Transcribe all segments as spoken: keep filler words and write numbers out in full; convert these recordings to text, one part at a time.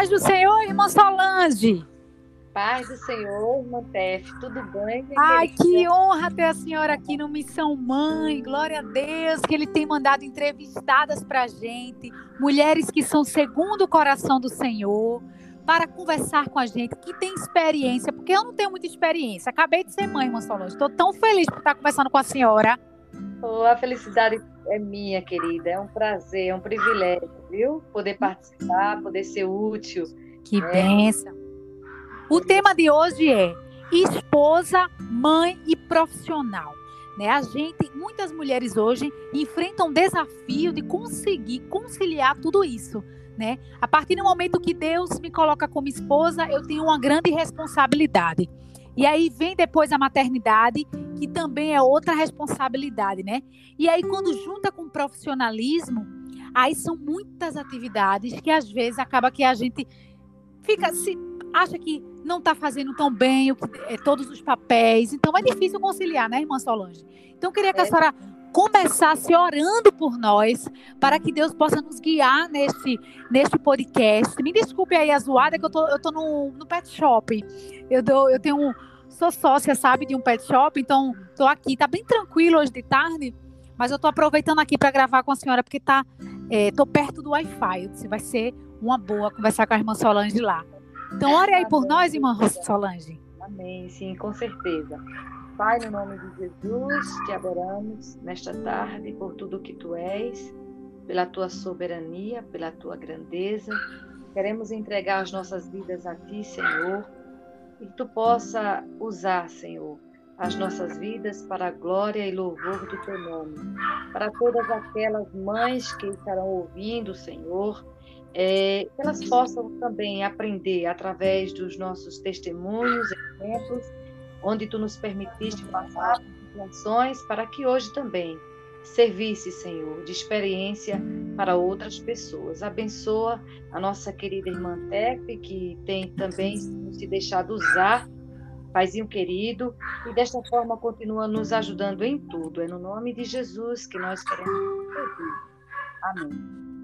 Paz do Senhor, irmã Solange. Paz do Senhor, irmã Tef. Tudo bem, minha Ai, querida? que honra ter a senhora aqui no Missão Mãe. Glória a Deus que Ele tem mandado entrevistadas pra gente. Mulheres que são segundo o coração do Senhor. Para conversar com a gente, que tem experiência. Porque eu não tenho muita experiência. Acabei de ser mãe, irmã Solange. Estou tão feliz por estar conversando com a senhora. Oh, a felicidade é minha, querida. É um prazer, é um privilégio, viu? Poder participar, poder ser útil. Que né? bênção. O tema de hoje é esposa, mãe e profissional. Né? A gente, muitas mulheres hoje enfrentam o desafio de conseguir conciliar tudo isso. Né? A partir do momento que Deus me coloca como esposa, eu tenho uma grande responsabilidade. E aí vem depois a maternidade, que também é outra responsabilidade, né? E aí quando junta com o profissionalismo, aí são muitas atividades que às vezes acaba que a gente fica se acha que não está fazendo tão bem o que, é, todos os papéis. Então é difícil conciliar, né, irmã Solange? Então eu queria que a senhora começasse orando por nós, para que Deus possa nos guiar neste, neste podcast. Me desculpe aí a zoada, que eu tô, eu tô no, no pet shop. Eu, dou, eu tenho um, sou sócia, sabe, de um pet shop, então tô aqui. Tá bem tranquilo hoje de tarde, mas eu tô aproveitando aqui para gravar com a senhora, porque tá, é, tô perto do Wi-Fi. Eu disse, vai ser uma boa conversar com a irmã Solange lá. Então, ore aí por nós, irmã Solange. Amém, sim, com certeza. Pai, no nome de Jesus, te adoramos nesta tarde por tudo que tu és, pela tua soberania, pela tua grandeza. Queremos entregar as nossas vidas a ti, Senhor, e que tu possa usar, Senhor, as nossas vidas para a glória e louvor do teu nome. Para todas aquelas mães que estarão ouvindo, Senhor, é, que elas possam também aprender através dos nossos testemunhos, exemplos, onde tu nos permitiste passar situações, para que hoje também servisse, Senhor, de experiência para outras pessoas. Abençoa a nossa querida irmã Tepe, que tem também se deixado usar, Paizinho querido, e desta forma continua nos ajudando em tudo. É no nome de Jesus que nós queremos servir. Amém.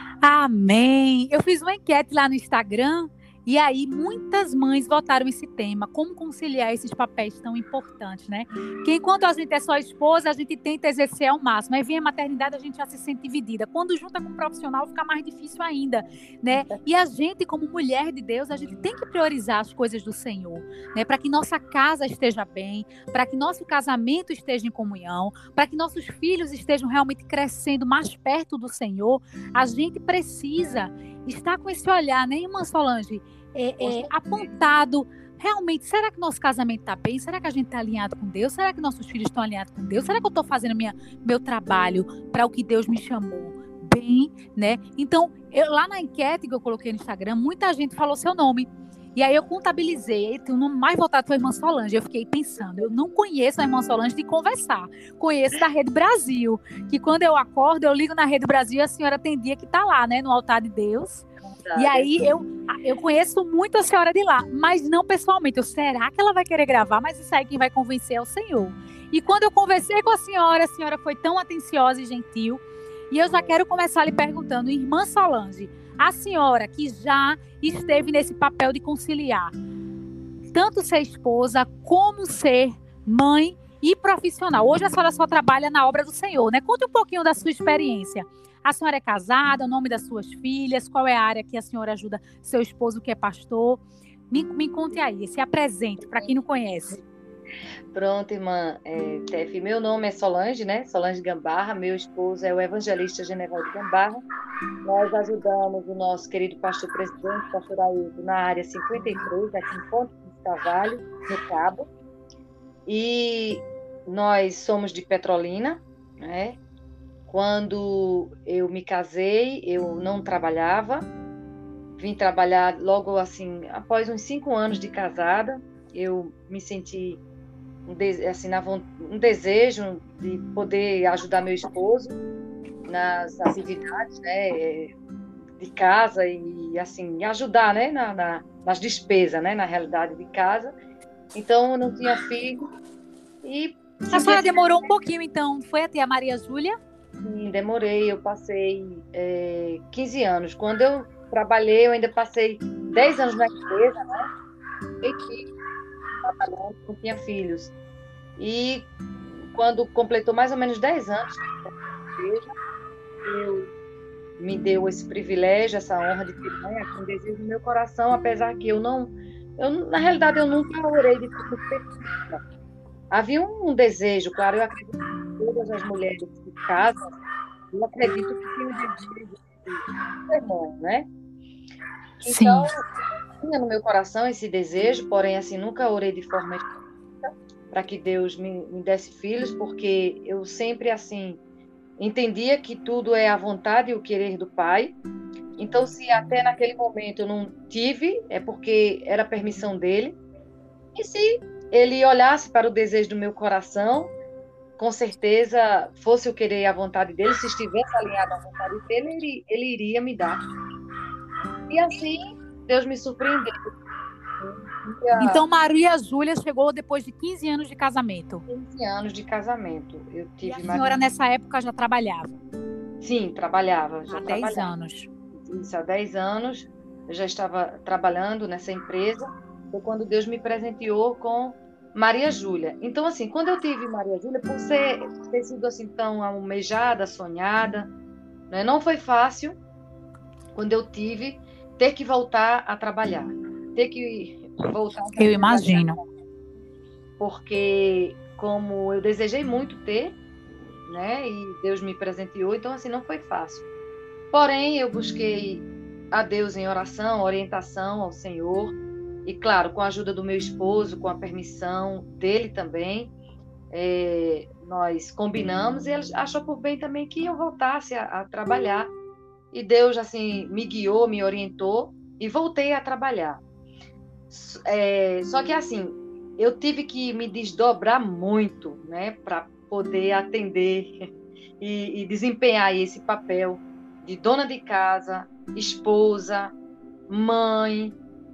Amém. Eu fiz uma enquete lá no Instagram e aí muitas mães votaram esse tema, como conciliar esses papéis tão importantes, né? Que enquanto a gente é só esposa, a gente tenta exercer ao máximo. Aí vem a maternidade, a gente já se sente dividida. Quando junta com um profissional, fica mais difícil ainda, né? E a gente, como mulher de Deus, a gente tem que priorizar as coisas do Senhor, né? Para que nossa casa esteja bem, para que nosso casamento esteja em comunhão, para que nossos filhos estejam realmente crescendo mais perto do Senhor, a gente precisa estar com esse olhar, né, irmã Solange? É, é, apontado, realmente, será que nosso casamento está bem? Será que a gente está alinhado com Deus? Será que nossos filhos estão alinhados com Deus? Será que eu estou fazendo minha, meu trabalho para o que Deus me chamou? Bem, né? Então, eu, lá na enquete que eu coloquei no Instagram, muita gente falou seu nome. E aí eu contabilizei, o nome mais votado foi a irmã Solange. Eu fiquei pensando, eu não conheço a irmã Solange de conversar. Conheço da Rede Brasil, que quando eu acordo, eu ligo na Rede Brasil e a senhora tem dia que está lá, né, no altar de Deus. E aí eu, eu conheço muito a senhora de lá, mas não pessoalmente. Eu, será que ela vai querer gravar? Mas isso aí quem vai convencer é o Senhor. E quando eu conversei com a senhora, a senhora foi tão atenciosa e gentil. E eu já quero começar lhe perguntando, irmã Solange, a senhora que já esteve nesse papel de conciliar, tanto ser esposa como ser mãe e profissional. Hoje a senhora só trabalha na obra do Senhor, né? Conte um pouquinho da sua experiência. A senhora é casada, o nome das suas filhas, qual é a área que a senhora ajuda seu esposo que é pastor? Me, me conte aí, se apresente para quem não conhece. Pronto, irmã é, Tef, meu nome é Solange, né? Solange Gambarra, meu esposo é o evangelista Genevaldo Gambarra. Nós ajudamos o nosso querido pastor presidente, pastor Ailton, na área cinquenta e três, aqui em Ponte dos Carvalho, no Cabo. E nós somos de Petrolina, né? Quando eu me casei, eu não trabalhava, vim trabalhar logo assim, após uns cinco anos de casada, eu me senti um, de, assim, na, um desejo de poder ajudar meu esposo nas atividades, né, de casa e assim, ajudar, né, na, na, nas despesas, né, na realidade de casa. Então, eu não tinha filho e... A senhora demorou um pouquinho, então, foi até a Maria Júlia? Sim, demorei, eu passei é, quinze anos. Quando eu trabalhei, eu ainda passei dez anos na empresa, né? E trabalhando, não tinha filhos. E quando completou mais ou menos dez anos na igreja, eu me deu esse privilégio, essa honra de ter mãe, um desejo no meu coração, apesar que eu não, eu, na realidade, eu nunca orei de forma específica. Havia um desejo, claro, eu acredito que todas as mulheres que casam, eu acredito que tem o desejo de ser mãe, né? Então, tinha no meu coração esse desejo, porém, assim, nunca orei de forma específica para que Deus me, me desse filhos, porque eu sempre, assim, entendia que tudo é a vontade e o querer do Pai. Então, se até naquele momento eu não tive, é porque era permissão dele. E se ele olhasse para o desejo do meu coração, com certeza, fosse o querer e a vontade dele, se estivesse alinhado à vontade dele, ele, ele iria me dar. E assim, Deus me surpreendeu. Então, Maria Júlia chegou depois de quinze anos de casamento. quinze anos de casamento. Eu tive e a senhora, Maria... nessa época, já trabalhava? Sim, trabalhava. Já há trabalhava. dez anos. Isso, há dez anos. Eu já estava trabalhando nessa empresa. Foi quando Deus me presenteou com Maria Júlia. Então, assim, quando eu tive Maria Júlia, por ser, ter sido assim tão almejada, sonhada, né, não foi fácil, quando eu tive, ter que voltar a trabalhar. Ter que voltar a trabalhar. Eu imagino. Porque, como eu desejei muito ter, né, e Deus me presenteou, então, assim, não foi fácil. Porém, eu busquei a Deus em oração, orientação ao Senhor, e, claro, com a ajuda do meu esposo, com a permissão dele também, é, nós combinamos, e ele achou por bem também que eu voltasse a, a trabalhar. E Deus, assim, me guiou, me orientou, e voltei a trabalhar. É, só que, assim, eu tive que me desdobrar muito, né, para poder atender e, e desempenhar esse papel de dona de casa, esposa, mãe,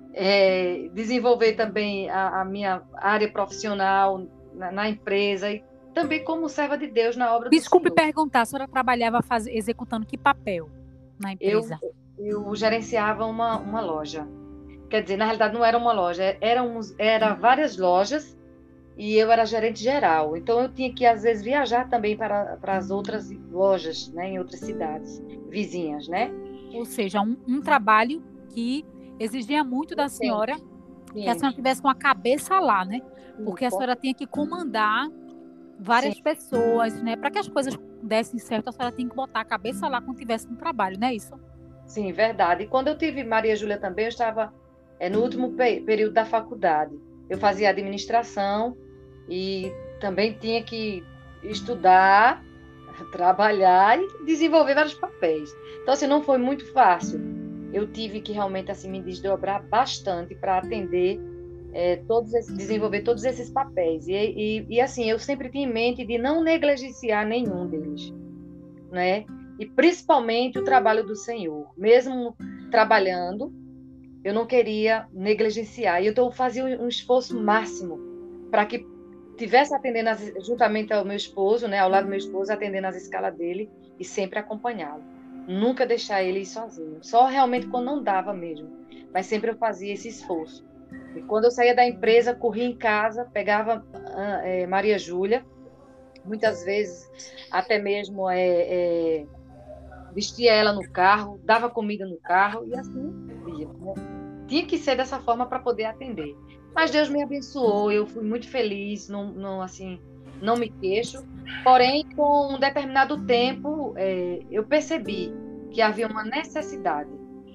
é, desenvolver também a, a minha área profissional na, na empresa e também como serva de Deus na obra Desculpe do Senhor. perguntar, a senhora trabalhava faz, executando que papel na empresa? Eu, eu gerenciava uma, uma loja. Quer dizer, na realidade não era uma loja, eram era várias lojas e eu era gerente geral. Então eu tinha que, às vezes, viajar também para, para as outras lojas, né, em outras cidades vizinhas, né? Ou seja, um, um trabalho que exigia muito da senhora, sim, que a senhora tivesse com a cabeça lá, né? Porque a senhora tinha que comandar várias, sim, pessoas, né? Para que as coisas dessem certo, a senhora tinha que botar a cabeça lá quando tivesse no trabalho, não é isso? Sim, verdade. E quando eu tive Maria Júlia também, eu estava é, no último pe- período da faculdade. Eu fazia administração e também tinha que estudar, trabalhar e desenvolver vários papéis. Então, assim, não foi muito fácil. Eu tive que realmente assim me desdobrar bastante para atender é, todos esses, desenvolver todos esses papéis. E, e, e assim, eu sempre tinha em mente de não negligenciar nenhum deles, né? E principalmente o trabalho do Senhor. Mesmo trabalhando, eu não queria negligenciar. E então eu fazia um esforço máximo para que tivesse atendendo as, juntamente ao meu esposo, né, ao lado do meu esposo, atendendo as escalas dele e sempre acompanhá-lo. Nunca deixar ele ir sozinho. Só realmente quando não dava mesmo. Mas sempre eu fazia esse esforço. E quando eu saía da empresa, corria em casa, pegava é, Maria Júlia, muitas vezes até mesmo é, é, vestia ela no carro, dava comida no carro e assim ia, né? Tinha que ser dessa forma para poder atender. Mas Deus me abençoou, eu fui muito feliz, não, não, assim, não me queixo. Porém, com um determinado tempo, é, eu percebi que havia uma necessidade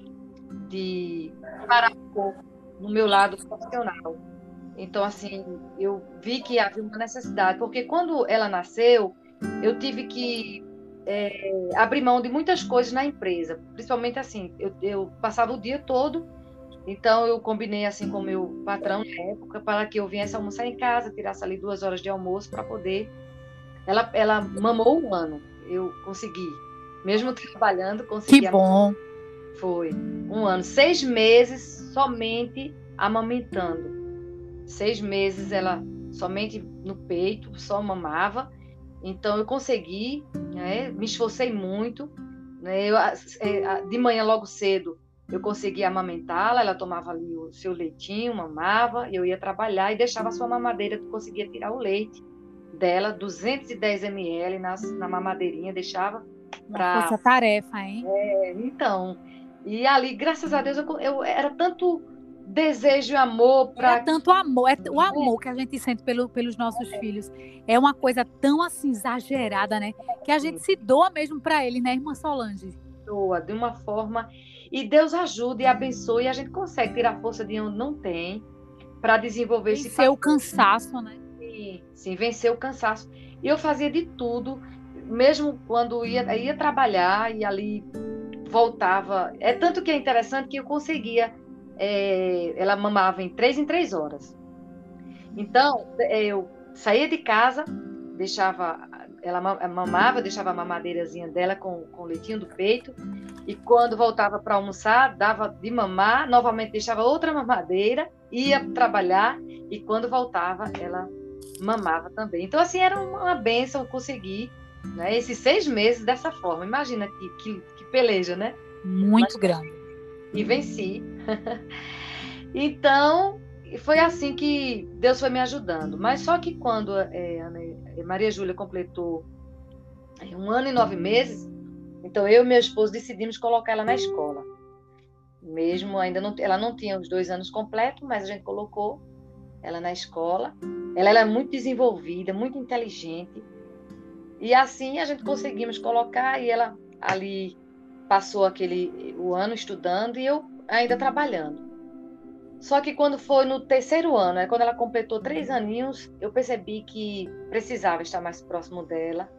de parar um pouco no meu lado profissional. Então, assim, eu vi que havia uma necessidade, porque quando ela nasceu, eu tive que é, abrir mão de muitas coisas na empresa, principalmente assim, eu, eu passava o dia todo. Então, eu combinei assim com o meu patrão na época para que eu viesse almoçar em casa, tirasse ali duas horas de almoço para poder... Ela, ela mamou um ano, eu consegui. Mesmo trabalhando, consegui. Que bom! Foi um ano, seis meses somente amamentando. Seis meses ela somente no peito, só mamava. Então, eu consegui, né? Me esforcei muito. Né? Eu, de manhã, logo cedo, eu conseguia amamentá-la, ela tomava ali o seu leitinho, mamava, eu ia trabalhar e deixava a sua mamadeira, tu conseguia tirar o leite dela, duzentos e dez mililitros nas, na mamadeirinha, deixava para... Força-tarefa, hein? É, então, e ali, graças a Deus, eu, eu era tanto desejo e amor para... É tanto amor, é o amor é. que a gente sente pelo, pelos nossos é. filhos. É uma coisa tão assim exagerada, né? Que a gente se doa mesmo para ele, né, irmã Solange? Doa, de uma forma... E Deus ajuda e abençoe, e a gente consegue tirar força de onde não tem para desenvolver vencer esse... Vencer o cansaço, né? Sim, sim, vencer o cansaço. E eu fazia de tudo, mesmo quando ia, ia trabalhar e ali voltava. É tanto que é interessante que eu conseguia... É, ela mamava em três em três horas. Então, eu saía de casa, deixava... Ela mamava, deixava a mamadeirazinha dela com, com o leitinho do peito, e quando voltava para almoçar, dava de mamar, novamente deixava outra mamadeira, ia trabalhar, e quando voltava, ela mamava também. Então, assim, era uma bênção conseguir, né, esses seis meses dessa forma. Imagina que, que, que peleja, né? Muito Mas, grande. E venci. Então... E foi assim que Deus foi me ajudando. Mas só que quando é, a Maria Júlia completou um ano e nove meses, então eu e meu esposo decidimos colocar ela na escola. Mesmo ainda não, ela não tinha os dois anos completos, mas a gente colocou ela na escola. Ela era muito desenvolvida, muito inteligente. E assim a gente conseguimos colocar, e ela ali passou aquele, o ano estudando e eu ainda trabalhando. Só que quando foi no terceiro ano, né, quando ela completou três aninhos, eu percebi que precisava estar mais próximo dela.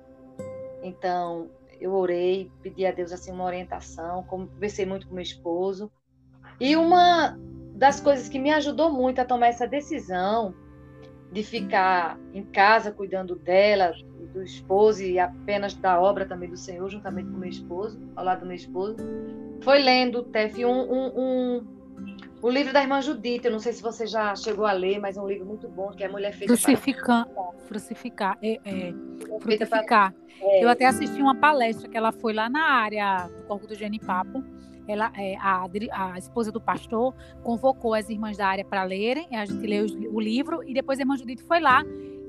Então, eu orei, pedi a Deus assim, uma orientação, conversei muito com meu esposo. E uma das coisas que me ajudou muito a tomar essa decisão de ficar em casa cuidando dela, do esposo e apenas da obra também do Senhor, juntamente com meu esposo, ao lado do meu esposo, foi lendo, Tef, um... um, um o livro da irmã Judite, eu não sei se você já chegou a ler, mas é um livro muito bom, que é Mulher Feita Crucificar, para... Crucificar, é, é, frutificar. Para... É. Eu até assisti uma palestra que ela foi lá na área do Corpo do Genipapo. Ela, é, a, a esposa do pastor convocou as irmãs da área para lerem, a gente leu o livro, e depois a irmã Judite foi lá,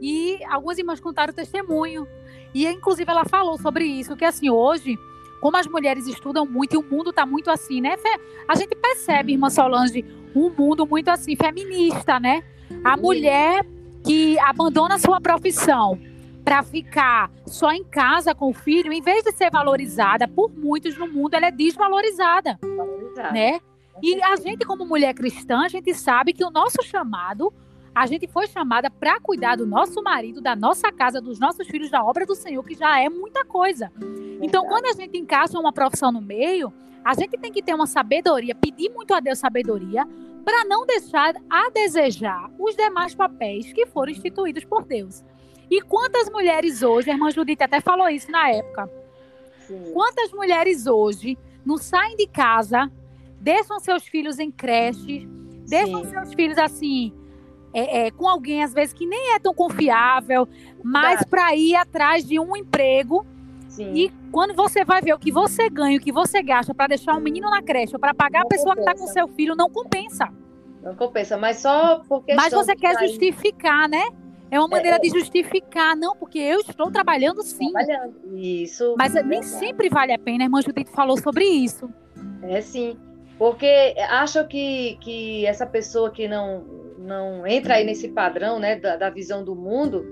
e algumas irmãs contaram o testemunho. E, inclusive, ela falou sobre isso, que assim, hoje... Como as mulheres estudam muito e o mundo está muito assim, né? A gente percebe, irmã Solange, um mundo muito assim, feminista, né? A mulher que abandona a sua profissão para ficar só em casa com o filho, em vez de ser valorizada por muitos no mundo, ela é desvalorizada, valorizada, né? E a gente, como mulher cristã, a gente sabe que o nosso chamado, a gente foi chamada para cuidar do nosso marido, da nossa casa, dos nossos filhos, da obra do Senhor, que já é muita coisa. Então, quando a gente encaixa uma profissão no meio, a gente tem que ter uma sabedoria, pedir muito a Deus sabedoria, para não deixar a desejar os demais papéis que foram instituídos por Deus. E quantas mulheres hoje, a irmã Judite até falou isso na época, Sim. quantas mulheres hoje não saem de casa, deixam seus filhos em creches, deixam Sim. seus filhos assim... É, é, com alguém, às vezes, que nem é tão confiável, mas para ir atrás de um emprego. Sim. E quando você vai ver o que você ganha, o que você gasta para deixar um menino na creche ou para pagar não a pessoa compensa. Que está com seu filho, não compensa. Não compensa, mas só porque... Mas você quer sair. Justificar, né? É uma maneira é, de justificar. Não, porque eu estou trabalhando sim. Trabalhando, isso. Mas é nem verdade. Sempre vale a pena. A irmã Judite falou sobre isso. É, sim. Porque acham que, que essa pessoa que não, não entra aí nesse padrão, né, da, da visão do mundo,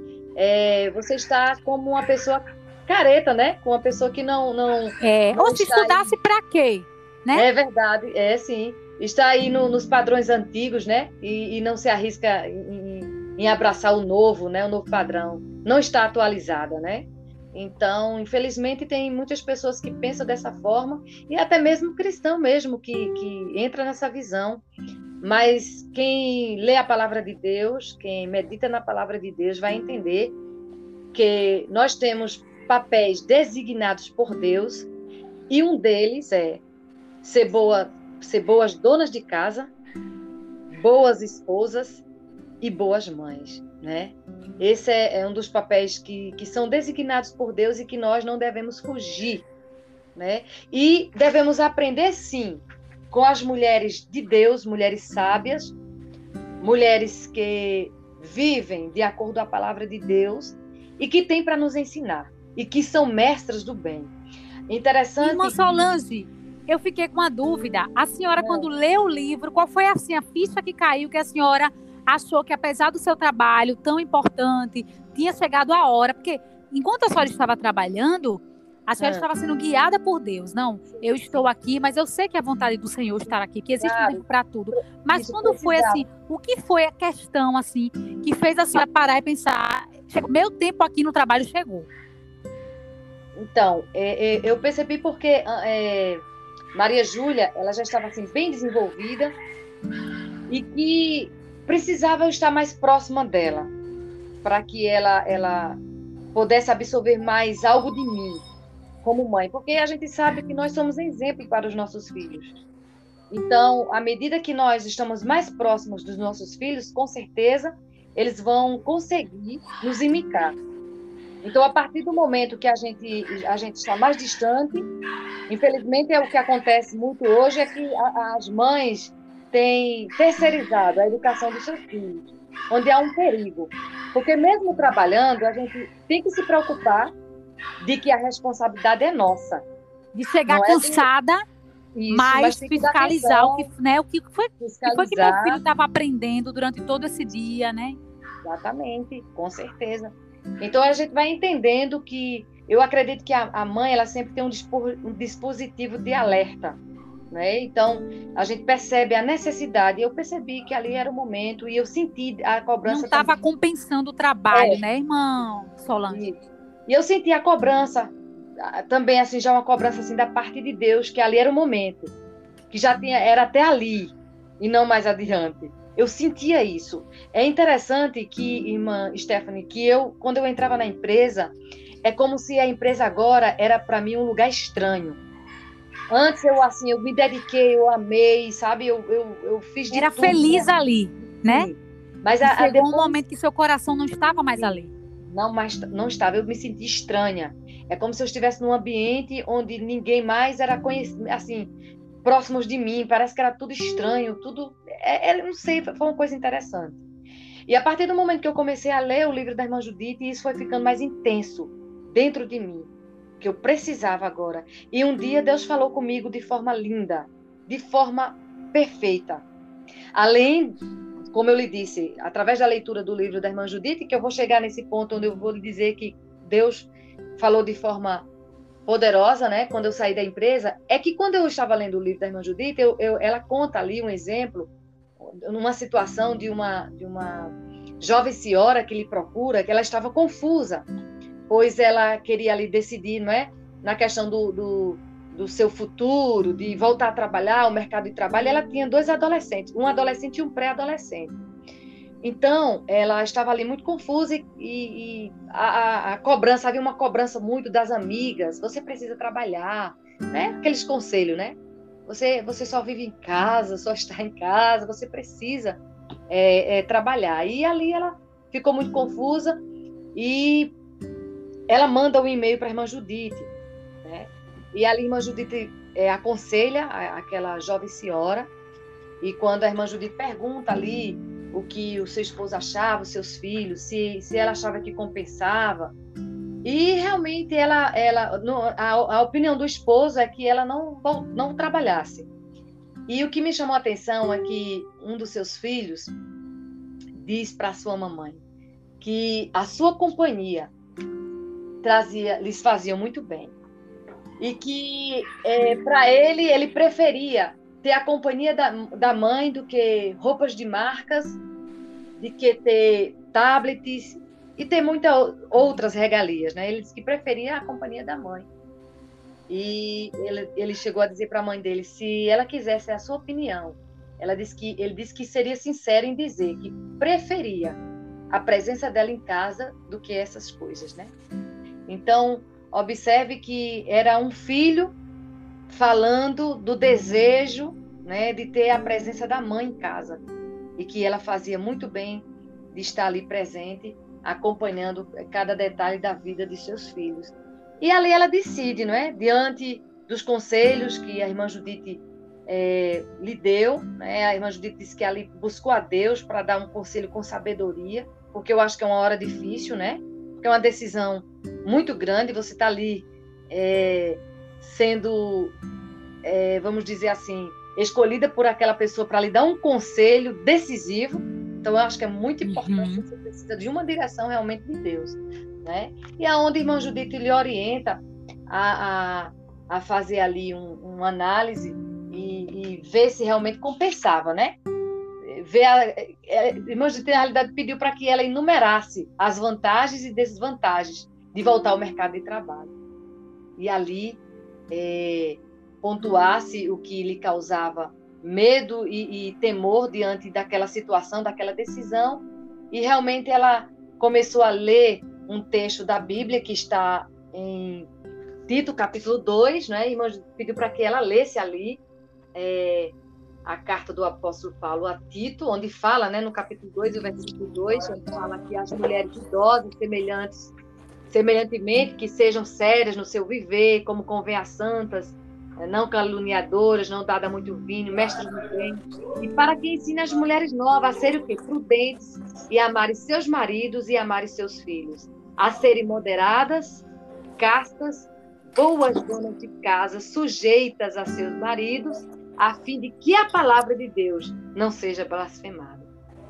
é, você está como uma pessoa careta, né? Com uma pessoa que não... não é, não ou se estudasse para quê? Né? É verdade, é sim. Está aí no, nos padrões antigos, né? E, e não se arrisca em, em abraçar o novo, né? O novo padrão. Não está atualizada, né? Então, infelizmente, tem muitas pessoas que pensam dessa forma, e até mesmo cristão mesmo, que, que entra nessa visão. Mas quem lê a palavra de Deus, quem medita na palavra de Deus, vai entender que nós temos papéis designados por Deus, e um deles é ser, boa, ser boas donas de casa, boas esposas e boas mães, né? Esse é, é um dos papéis que, que são designados por Deus e que nós não devemos fugir, né? E devemos aprender, sim, com as mulheres de Deus, mulheres sábias, mulheres que vivem de acordo com a palavra de Deus e que têm para nos ensinar e que são mestras do bem. Interessante. Irmã Solange, eu fiquei com uma dúvida. A senhora, é. quando leu o livro, qual foi assim, a ficha que caiu que a senhora achou que, apesar do seu trabalho tão importante, tinha chegado a hora? Porque enquanto a senhora estava trabalhando, a senhora é. estava sendo guiada por Deus. Não, eu estou aqui, mas eu sei que é a vontade do Senhor estar aqui, que existe claro. um tempo para tudo. Mas Isso quando foi assim, o que foi a questão assim que fez a senhora parar e pensar, meu tempo aqui no trabalho chegou? Então, é, é, eu percebi porque é, Maria Júlia, ela já estava assim, bem desenvolvida e que precisava estar mais próxima dela para que ela, ela pudesse absorver mais algo de mim como mãe, porque a gente sabe que nós somos exemplo para os nossos filhos. Então, à medida que nós estamos mais próximos dos nossos filhos, com certeza, eles vão conseguir nos imitar. Então, a partir do momento que a gente, a gente está mais distante, infelizmente é o que acontece muito hoje, é que a, as mães têm terceirizado a educação dos seus filhos, onde há um perigo. Porque mesmo trabalhando, a gente tem que se preocupar de que a responsabilidade é nossa. De chegar cansada, é de... Isso, mas, mas fiscalizar o que, né, o que foi, fiscalizar. que foi que meu filho estava aprendendo durante todo esse dia, né? Exatamente, com certeza. Então, a gente vai entendendo que... Eu acredito que a, a mãe, ela sempre tem um, dispor, um dispositivo de alerta, né? Então, a gente percebe a necessidade. Eu percebi que ali era o momento e eu senti a cobrança. Não estava compensando o trabalho, é. né, irmão Solange? E, e eu senti a cobrança, também, assim, já uma cobrança assim, da parte de Deus, que ali era o momento, que já tinha, era até ali e não mais adiante. Eu sentia isso. É interessante que, irmã Stephanie, que eu, quando eu entrava na empresa, é como se a empresa agora era para mim um lugar estranho. Antes eu, assim, eu me dediquei, eu amei, sabe? Eu, eu, eu fiz de Era tudo, feliz né? ali, né? Sim. Mas a, chegou a depois... um momento que seu coração não estava mais ali. Não, mas não estava. Eu me senti estranha. É como se eu estivesse num ambiente onde ninguém mais era conhecido, assim, próximos de mim. Parece que era tudo estranho, tudo... É, é, não sei, foi uma coisa interessante. E a partir do momento que eu comecei a ler o livro da irmã Judite, isso foi ficando mais intenso dentro de mim, que eu precisava agora. E um dia Deus falou comigo de forma linda, de forma perfeita. Além, como eu lhe disse, através da leitura do livro da irmã Judite, que eu vou chegar nesse ponto onde eu vou lhe dizer que Deus falou de forma poderosa, né? Quando eu saí da empresa, é que quando eu estava lendo o livro da irmã Judite, eu, eu, ela conta ali um exemplo, numa situação de uma, de uma jovem senhora que lhe procura, que ela estava confusa, pois ela queria ali decidir, não é? Na questão do, do, do seu futuro, de voltar a trabalhar, o mercado de trabalho. Ela tinha dois adolescentes, um adolescente e um pré-adolescente. Então, ela estava ali muito confusa e, e a, a, a cobrança, havia uma cobrança muito das amigas, você precisa trabalhar, né? Aqueles conselhos, né? Você, você só vive em casa, só está em casa, você precisa é, é, trabalhar. E ali ela ficou muito confusa e ela manda um e-mail para a irmã Judite, né? E ali a irmã Judite é, aconselha a, aquela jovem senhora, e quando a irmã Judite pergunta ali o que o seu esposo achava, os seus filhos, se, se ela achava que compensava, e realmente ela, ela, a, a opinião do esposo é que ela não, não trabalhasse. E o que me chamou a atenção é que um dos seus filhos diz para a sua mamãe que a sua companhia trazia, lhes fazia muito bem. E que, é, para ele, ele preferia ter a companhia da, da mãe do que roupas de marcas, de que ter tablets e ter muitas outras regalias, né? Ele disse que preferia a companhia da mãe. E ele, ele chegou a dizer para a mãe dele, se ela quisesse a sua opinião, ela disse que, ele disse que seria sincero em dizer que preferia a presença dela em casa do que essas coisas, né? Então, observe que era um filho falando do desejo, né, de ter a presença da mãe em casa, e que ela fazia muito bem de estar ali presente, acompanhando cada detalhe da vida de seus filhos. E ali ela decide, não é? Diante dos conselhos que a irmã Judite é, lhe deu, né? A irmã Judite disse que ela buscou a Deus para dar um conselho com sabedoria, porque eu acho que é uma hora difícil, né? Porque é uma decisão muito grande, você está ali é, sendo, é, vamos dizer assim, escolhida por aquela pessoa para lhe dar um conselho decisivo. Então, eu acho que é muito importante, uhum. Você precisa de uma direção realmente de Deus, né? E aonde a irmã Judite lhe orienta a, a, a fazer ali um, uma análise e, e ver se realmente compensava, né? Ver a, a irmã Judite, na realidade, pediu para que ela enumerasse as vantagens e desvantagens de voltar ao mercado de trabalho. E ali é, pontuasse o que lhe causava medo e, e temor diante daquela situação, daquela decisão. E realmente ela começou a ler um texto da Bíblia que está em Tito, capítulo dois, né? E pediu para que ela lesse ali é, a carta do apóstolo Paulo a Tito, onde fala, né, no capítulo dois, o versículo dois, onde fala que as mulheres idosas, semelhantes, semelhantemente, que sejam sérias no seu viver, como convém às santas, não caluniadoras, não dada muito vinho, mestras no bem, e para que ensine as mulheres novas a serem o quê? Prudentes, e amarem seus maridos e amarem seus filhos, a serem moderadas, castas, boas donas de casa, sujeitas a seus maridos, a fim de que a palavra de Deus não seja blasfemada.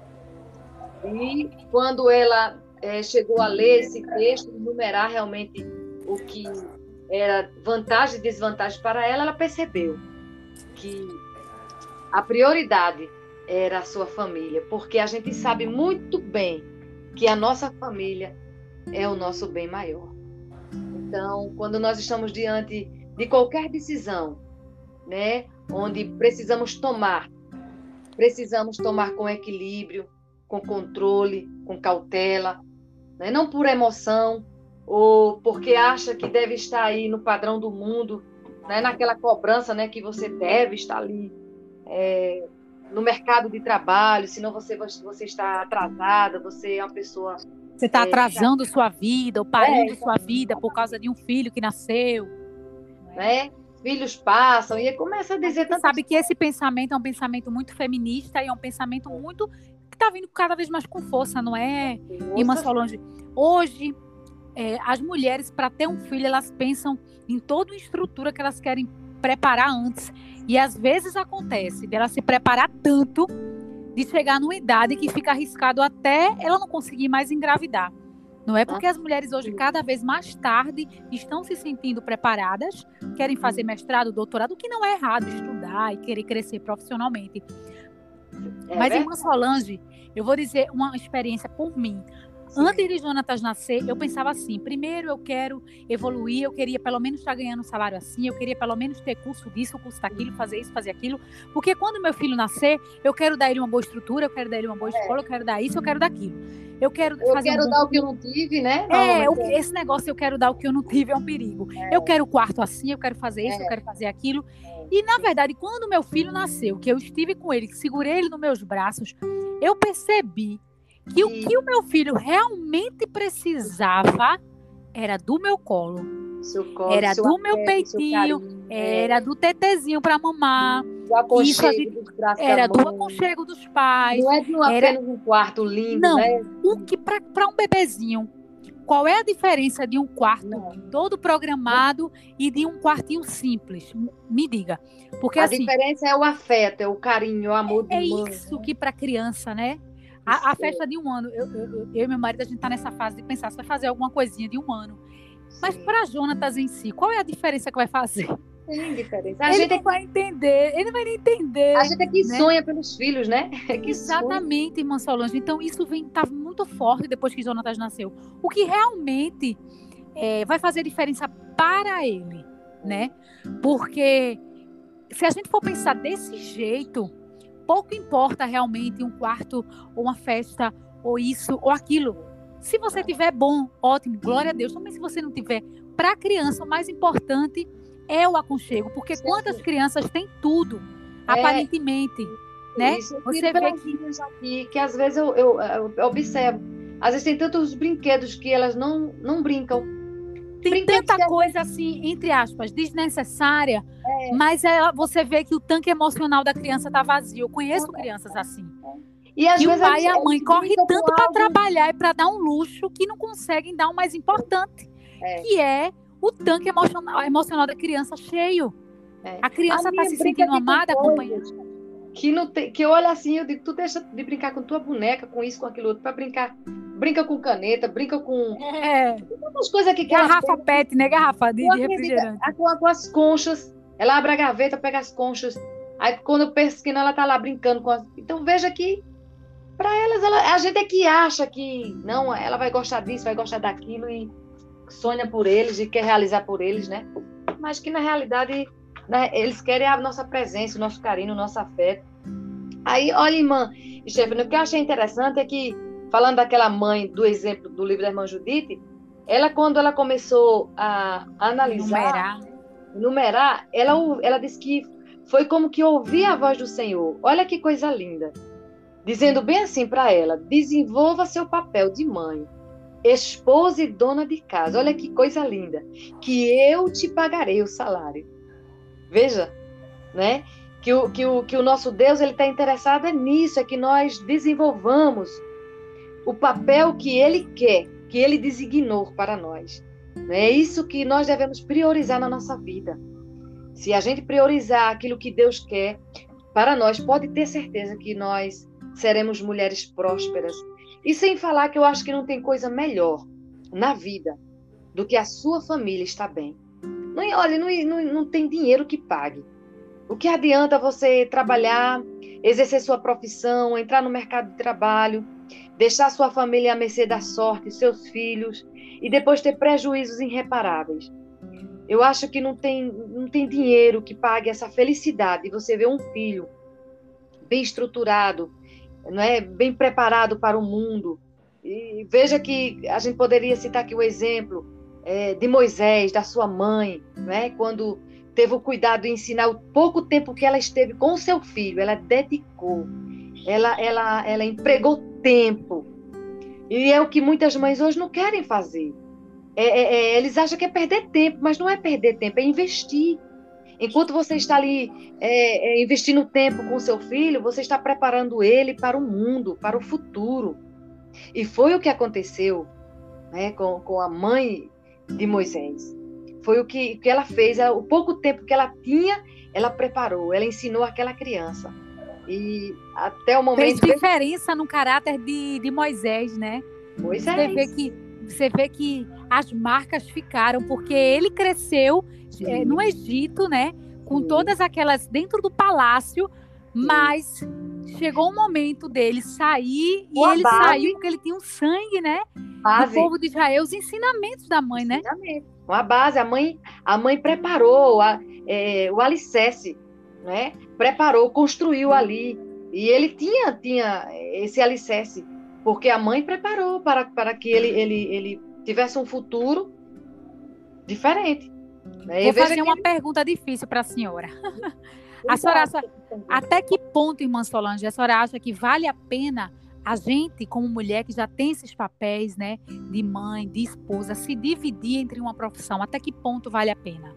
E quando ela é, chegou a ler esse texto, enumerar realmente o que era vantagem e desvantagem para ela, ela percebeu que a prioridade era a sua família, porque a gente sabe muito bem que a nossa família é o nosso bem maior. Então, quando nós estamos diante de qualquer decisão, né, onde precisamos tomar, precisamos tomar com equilíbrio, com controle, com cautela, né, não por emoção, ou porque acha que deve estar aí no padrão do mundo, né, naquela cobrança, né, que você deve estar ali é, no mercado de trabalho, senão você, você está atrasada, você é uma pessoa... Você está é, atrasando tá... sua vida, ou parando é, sua vida por causa de um filho que nasceu. Né? Filhos passam, e começa a dizer... Você sabe que esse pensamento é um pensamento muito feminista e é um pensamento muito... que está vindo cada vez mais com força, não é, irmã Solange? Hoje... É, as mulheres, para ter um filho, elas pensam em toda uma estrutura que elas querem preparar antes. E às vezes acontece de ela se preparar tanto, de chegar numa idade que fica arriscado até ela não conseguir mais engravidar. Não é porque as mulheres hoje, cada vez mais tarde, estão se sentindo preparadas, querem fazer mestrado, doutorado, o que não é errado estudar e querer crescer profissionalmente. É, Mas, irmã Solange, eu vou dizer uma experiência por mim. Sim. Antes de Jonatas nascer, eu pensava assim, primeiro eu quero evoluir, eu queria pelo menos estar ganhando um salário assim, eu queria pelo menos ter curso disso, curso daquilo, fazer isso, fazer aquilo, porque quando meu filho nascer, eu quero dar ele uma boa estrutura, eu quero dar ele uma boa escola, é. eu quero dar isso, eu quero dar aquilo. Eu quero, eu fazer quero um dar o que eu não tive, né? É, não, é, esse negócio eu quero dar o que eu não tive é um perigo. É. Eu quero o quarto assim, eu quero fazer isso, é. eu quero fazer aquilo. É. E, na verdade, quando meu filho nasceu, que eu estive com ele, que segurei ele nos meus braços, eu percebi que o que o meu filho realmente precisava era do meu colo. Seu colo era seu do afeto, meu peitinho, carinho, era é. do tetezinho para mamar. Do aconchego gente, dos braços Era da mãe. do aconchego dos pais. Não é de um, era... apenas um quarto lindo, não, né? O que para um bebezinho, qual é a diferença de um quarto não. todo programado não. e de um quartinho simples? Me diga. Porque, a assim, diferença é o afeto, é o carinho, o amor de É mãe, isso né? que para criança, né? A, a festa de um ano, eu, eu, eu e meu marido, a gente está nessa fase de pensar se vai fazer alguma coisinha de um ano. Sim. Mas para Jonatas em si, qual é a diferença que vai fazer? Tem diferença. A ele gente não é... vai entender, ele não vai nem entender. A gente é que né? sonha pelos filhos, né? É que Exatamente, sonha. Irmã Solange. Então isso vem tá muito forte depois que Jonatas nasceu. O que realmente é, vai fazer diferença para ele, né? Porque se a gente for pensar desse jeito, pouco importa realmente um quarto ou uma festa ou isso ou aquilo. Se você tiver bom, ótimo, glória a Deus. Também se você não tiver, para a criança o mais importante é o aconchego, porque sim, quantas sim. crianças têm tudo, é, aparentemente, né? Isso, você vê que... aqui, que às vezes eu, eu, eu observo, às vezes tem tantos brinquedos que elas não, não brincam, Tem tanta coisa assim, entre aspas, desnecessária, é. mas é, você vê que o tanque emocional da criança está vazio. Eu conheço é. crianças assim. E, às e vezes o pai e a mãe correm tanto para algo... trabalhar e para dar um luxo que não conseguem dar o mais importante, é. que é o tanque emocional, emocional da criança cheio. É. A criança está se sentindo amada, acompanhada. Que, não tem, que eu olho assim, eu digo, tu deixa de brincar com tua boneca, com isso, com aquilo outro, para brincar. Brinca com caneta, brinca com... É. Umas coisas aqui que Garrafa ela pet, né? Garrafa de, de refrigerante. Com, com as conchas. Ela abre a gaveta, pega as conchas. Aí, quando eu penso que não, ela tá lá brincando com as... Então, veja que, para elas, ela, a gente é que acha que, não, ela vai gostar disso, vai gostar daquilo e sonha por eles e quer realizar por eles, né? Mas que, na realidade, né, eles querem a nossa presença, o nosso carinho, o nosso afeto. Aí, olha, irmã Stephanie, o que eu achei interessante é que, falando daquela mãe, do exemplo do livro da irmã Judite, ela, quando ela começou a analisar, numerar, numerar ela, ela disse que foi como que ouvir a voz do Senhor. Olha que coisa linda. Dizendo bem assim para ela, desenvolva seu papel de mãe, esposa e dona de casa. Olha que coisa linda. Que eu te pagarei o salário. Veja, né? Que o, que o, que o nosso Deus ele está interessado é nisso, é que nós desenvolvamos o papel que Ele quer, que Ele designou para nós. É isso que nós devemos priorizar na nossa vida. Se a gente priorizar aquilo que Deus quer para nós, pode ter certeza que nós seremos mulheres prósperas. E sem falar que eu acho que não tem coisa melhor na vida do que a sua família estar bem. Não, olha, não, não, não tem dinheiro que pague. O que adianta você trabalhar, exercer sua profissão, entrar no mercado de trabalho, deixar sua família à mercê da sorte, seus filhos, e depois ter prejuízos irreparáveis? Eu acho que não tem, não tem dinheiro que pague essa felicidade de você ver um filho bem estruturado, não é? Bem preparado para o mundo. E veja que a gente poderia citar aqui o exemplo é, de Moisés, da sua mãe, não é? Quando teve o cuidado de ensinar o pouco tempo que ela esteve com o seu filho, ela dedicou, ela, ela, ela empregou tempo. E é o que muitas mães hoje não querem fazer. É, é, é, eles acham que é perder tempo, mas não é perder tempo, é investir. Enquanto você está ali é, é, investindo tempo com o seu filho, você está preparando ele para o mundo, para o futuro. E foi o que aconteceu, né, com, com a mãe de Moisés. Foi o que, que ela fez, ela, o pouco tempo que ela tinha, ela preparou, ela ensinou aquela criança. E até o momento... Fez diferença no caráter de, de Moisés, né? Moisés. Você vê que, você vê que as marcas ficaram, porque ele cresceu é, no Egito, né? Com Sim. todas aquelas dentro do palácio, Sim. mas chegou o momento dele sair, e ele base. saiu porque ele tinha um sangue, né? Base. Do povo de Israel, os ensinamentos da mãe, né? Uma base, a mãe, a mãe preparou a, é, o alicerce, né? Preparou, construiu ali. E ele tinha, tinha esse alicerce, porque a mãe preparou para, para que ele, ele, ele tivesse um futuro diferente. Né? Vou fazer uma ele... pergunta difícil para a senhora. A senhora acha, até que ponto, irmã Solange, a senhora acha que vale a pena a gente, como mulher que já tem esses papéis, né, de mãe, de esposa, se dividir entre uma profissão? Até que ponto vale a pena?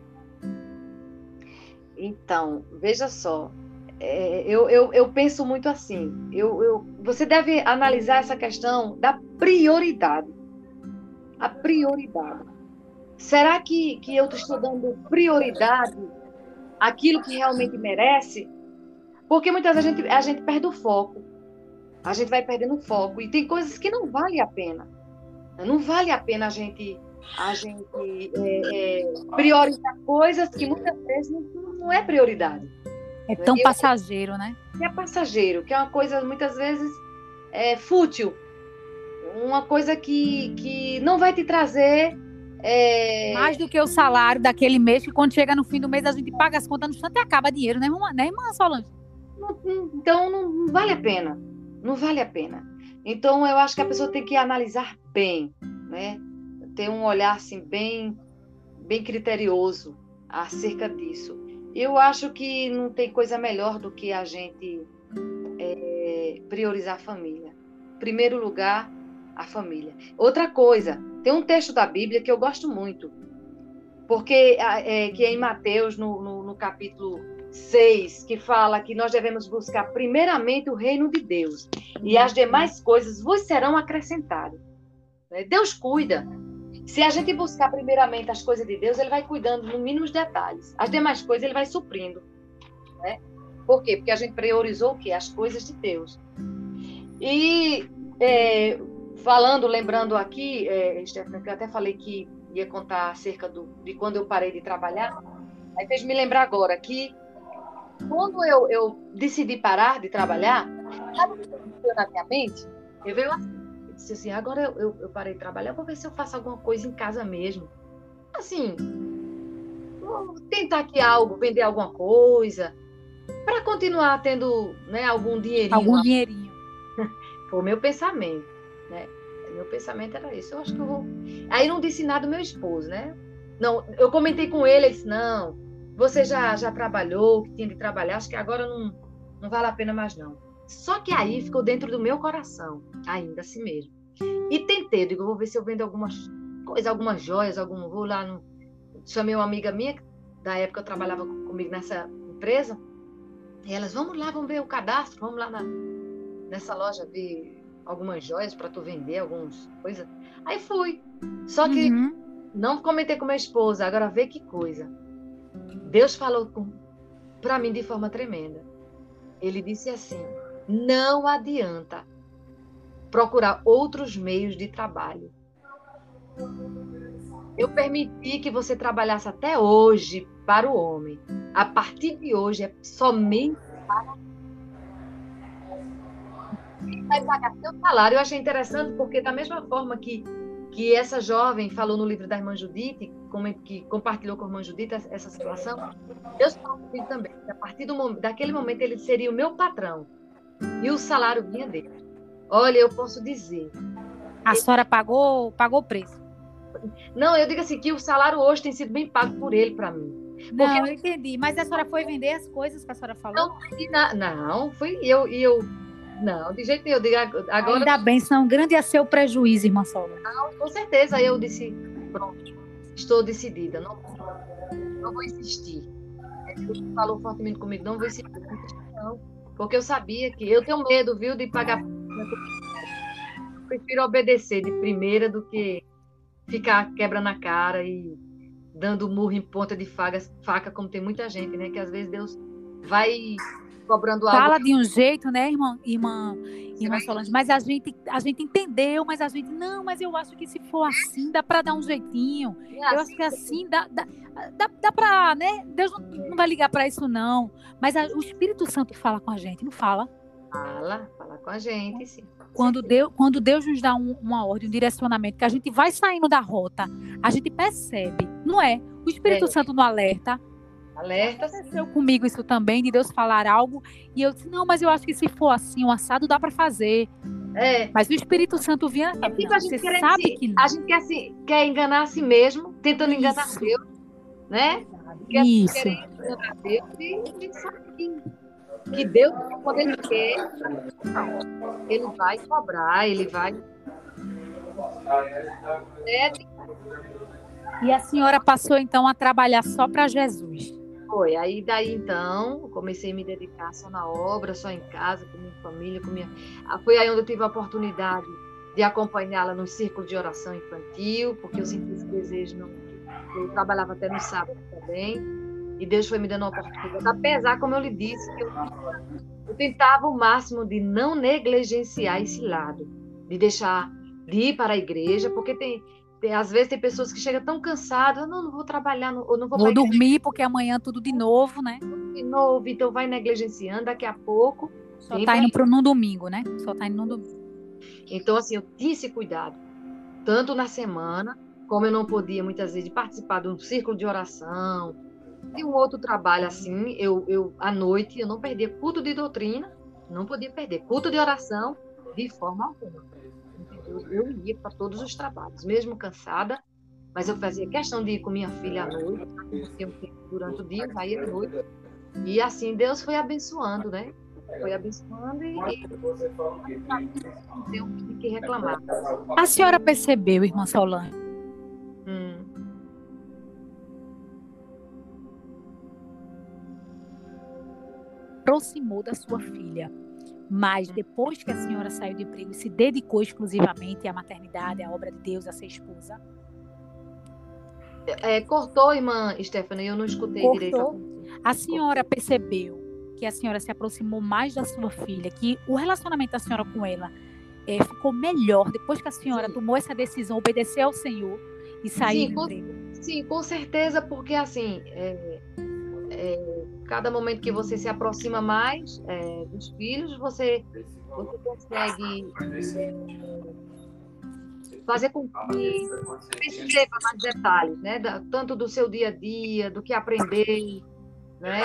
Então, veja só, é, eu, eu, eu penso muito assim, eu, eu, você deve analisar essa questão da prioridade. A prioridade. Será que, que eu estou dando prioridade àquilo que realmente merece? Porque muitas vezes a gente, a gente perde o foco. A gente vai perdendo o foco. E tem coisas que não vale a pena. Não vale a pena a gente, a gente é, é, priorizar coisas que muitas vezes não, não é prioridade. É tão Eu, passageiro, né? É passageiro, que é uma coisa muitas vezes é, fútil. Uma coisa que, que não vai te trazer... É... mais do que o salário daquele mês, que quando chega no fim do mês a gente paga as contas no instante e acaba dinheiro, né, irmã, né, irmã Solange? Então não, não vale a pena. Não vale a pena. Então eu acho que a pessoa tem que analisar bem, né? Ter um olhar assim, bem, bem criterioso acerca disso. Eu acho que não tem coisa melhor do que a gente é, priorizar a família. Em primeiro lugar, a família. Outra coisa, tem um texto da Bíblia que eu gosto muito, porque é, que é em Mateus, no, no, no capítulo seis, que fala que nós devemos buscar primeiramente o reino de Deus, e as demais coisas vos serão acrescentadas. Deus cuida. Se a gente buscar primeiramente as coisas de Deus, ele vai cuidando no mínimos detalhes. As demais coisas ele vai suprindo. Né? Por quê? Porque a gente priorizou o quê? As coisas de Deus. E é, falando, lembrando aqui, é, Stephanie, que eu até falei que ia contar acerca do, de quando eu parei de trabalhar, aí fez me lembrar agora que quando eu, eu decidi parar de trabalhar, sabe o que veio na minha mente? Eu veio assim, eu disse assim, agora eu, eu, eu parei de trabalhar, eu vou ver se eu faço alguma coisa em casa mesmo. Assim, vou tentar aqui algo, vender alguma coisa, para continuar tendo, né, algum dinheirinho. Algum lá. dinheirinho. Foi o meu pensamento, né? Meu pensamento era isso. Eu acho que eu vou... Aí não disse nada do meu esposo, né? Não, eu comentei com ele, ele disse, não, você já, já trabalhou, o que tinha de trabalhar, acho que agora não, não vale a pena mais não. Só que aí ficou dentro do meu coração, ainda assim mesmo. E tentei, eu digo, vou ver se eu vendo algumas coisas, algumas joias, algum, vou lá, no... chamei uma amiga minha, da época eu trabalhava comigo nessa empresa, e elas, vamos lá, vamos ver o cadastro, vamos lá na, nessa loja ver algumas joias para tu vender, algumas coisas. Aí fui. Só que uhum. não comentei com minha esposa, agora vê que coisa. Deus falou para mim de forma tremenda. Ele disse assim, não adianta procurar outros meios de trabalho. Eu permiti que você trabalhasse até hoje para o homem. A partir de hoje é somente para ele vai pagar seu salário. Eu achei interessante porque da mesma forma que, que essa jovem falou no livro da irmã Judite, como, que compartilhou com a irmã Judite essa situação, Deus falou comigo também, que a partir do momento, daquele momento ele seria o meu patrão e o salário vinha dele. Olha, eu posso dizer... A ele... senhora pagou, pagou o preço? Não, eu digo assim, que o salário hoje tem sido bem pago por ele para mim. Porque... Não, eu entendi. Mas a senhora foi vender as coisas que a senhora falou? Não, não fui eu. E eu não, de jeito nenhum. Eu digo, agora... Ainda bem, senão grande ia ser o prejuízo, irmã Sola. Não, com certeza. Aí eu disse, pronto, estou decidida. Não, não vou insistir. Ele falou fortemente comigo, não vou insistir, não. Porque eu sabia que... Eu tenho medo, viu, de pagar... Eu prefiro obedecer de primeira do que ficar quebrando a cara e dando murro em ponta de faca, faca, como tem muita gente, né? Que às vezes Deus vai cobrando algo. Fala de um jeito, né, irmã, irmã, irmã Solange? Mas a gente, a gente entendeu, mas a gente, não, mas eu acho que se for assim, dá para dar um jeitinho. É assim, eu acho que assim dá, dá, dá, dá para, né? Deus não, não vai ligar para isso, não. Mas a, o Espírito Santo fala com a gente, não fala? Fala, fala com a gente, sim. Quando Deus, quando Deus nos dá um, uma ordem, um direcionamento, que a gente vai saindo da rota, a gente percebe, não é? O Espírito é. Santo não alerta. Alerta. Aconteceu comigo isso também, de Deus falar algo, e eu disse, não, mas eu acho que se for assim, um assado dá para fazer. É. Mas o Espírito Santo vinha, é tipo não, a gente você sabe se, que não. A gente quer, se, quer enganar a si mesmo, tentando isso. enganar Deus, né? Quer, isso. Quer enganar Deus, e a gente sabe que... que Deus, quando Ele quer, Ele vai cobrar, Ele vai... É. E a senhora passou, então, a trabalhar só para Jesus? Foi. Aí, daí, então, comecei a me dedicar só na obra, só em casa, com minha família, com minha... Foi aí onde eu tive a oportunidade de acompanhá-la no círculo de oração infantil, porque eu senti esse desejo. No... Eu trabalhava até no sábado também. E Deus foi me dando uma oportunidade. Apesar, como eu lhe disse, que eu, eu tentava o máximo de não negligenciar esse lado, de deixar, de ir para a igreja, porque tem, tem às vezes tem pessoas que chegam tão cansadas, não, não vou trabalhar, não, ou não vou, vou dormir, porque amanhã tudo de novo, né? De novo, então vai negligenciando, daqui a pouco... Só está indo para num domingo, né? Só está indo num domingo. Então, assim, eu tinha esse cuidado, tanto na semana, como eu não podia, muitas vezes, participar de um círculo de oração. E um outro trabalho assim, eu, eu à noite eu não perdia culto de doutrina, não podia perder culto de oração de forma alguma. Eu, eu ia para todos os trabalhos, mesmo cansada, mas eu fazia questão de ir com minha filha à noite, durante o dia, eu ia à noite. E assim Deus foi abençoando, né? Foi abençoando e, e não tem o que reclamar. A senhora percebeu, irmã Solange? Hum. aproximou da sua filha. Mas depois que a senhora saiu do emprego e se dedicou exclusivamente à maternidade, à obra de Deus, a ser esposa? É, cortou, irmã Stephanie, eu não escutei Cortou. direito. A senhora percebeu que a senhora se aproximou mais da sua filha, que o relacionamento da senhora com ela é, ficou melhor depois que a senhora Sim. tomou essa decisão, obedeceu ao Senhor e saiu Sim, do com, emprego? Sim, com certeza, porque assim, é, é, cada momento que você se aproxima mais é, dos filhos, você, você consegue é, fazer com que perceba mais detalhes, né? Da, tanto do seu dia a dia, do que aprender, né?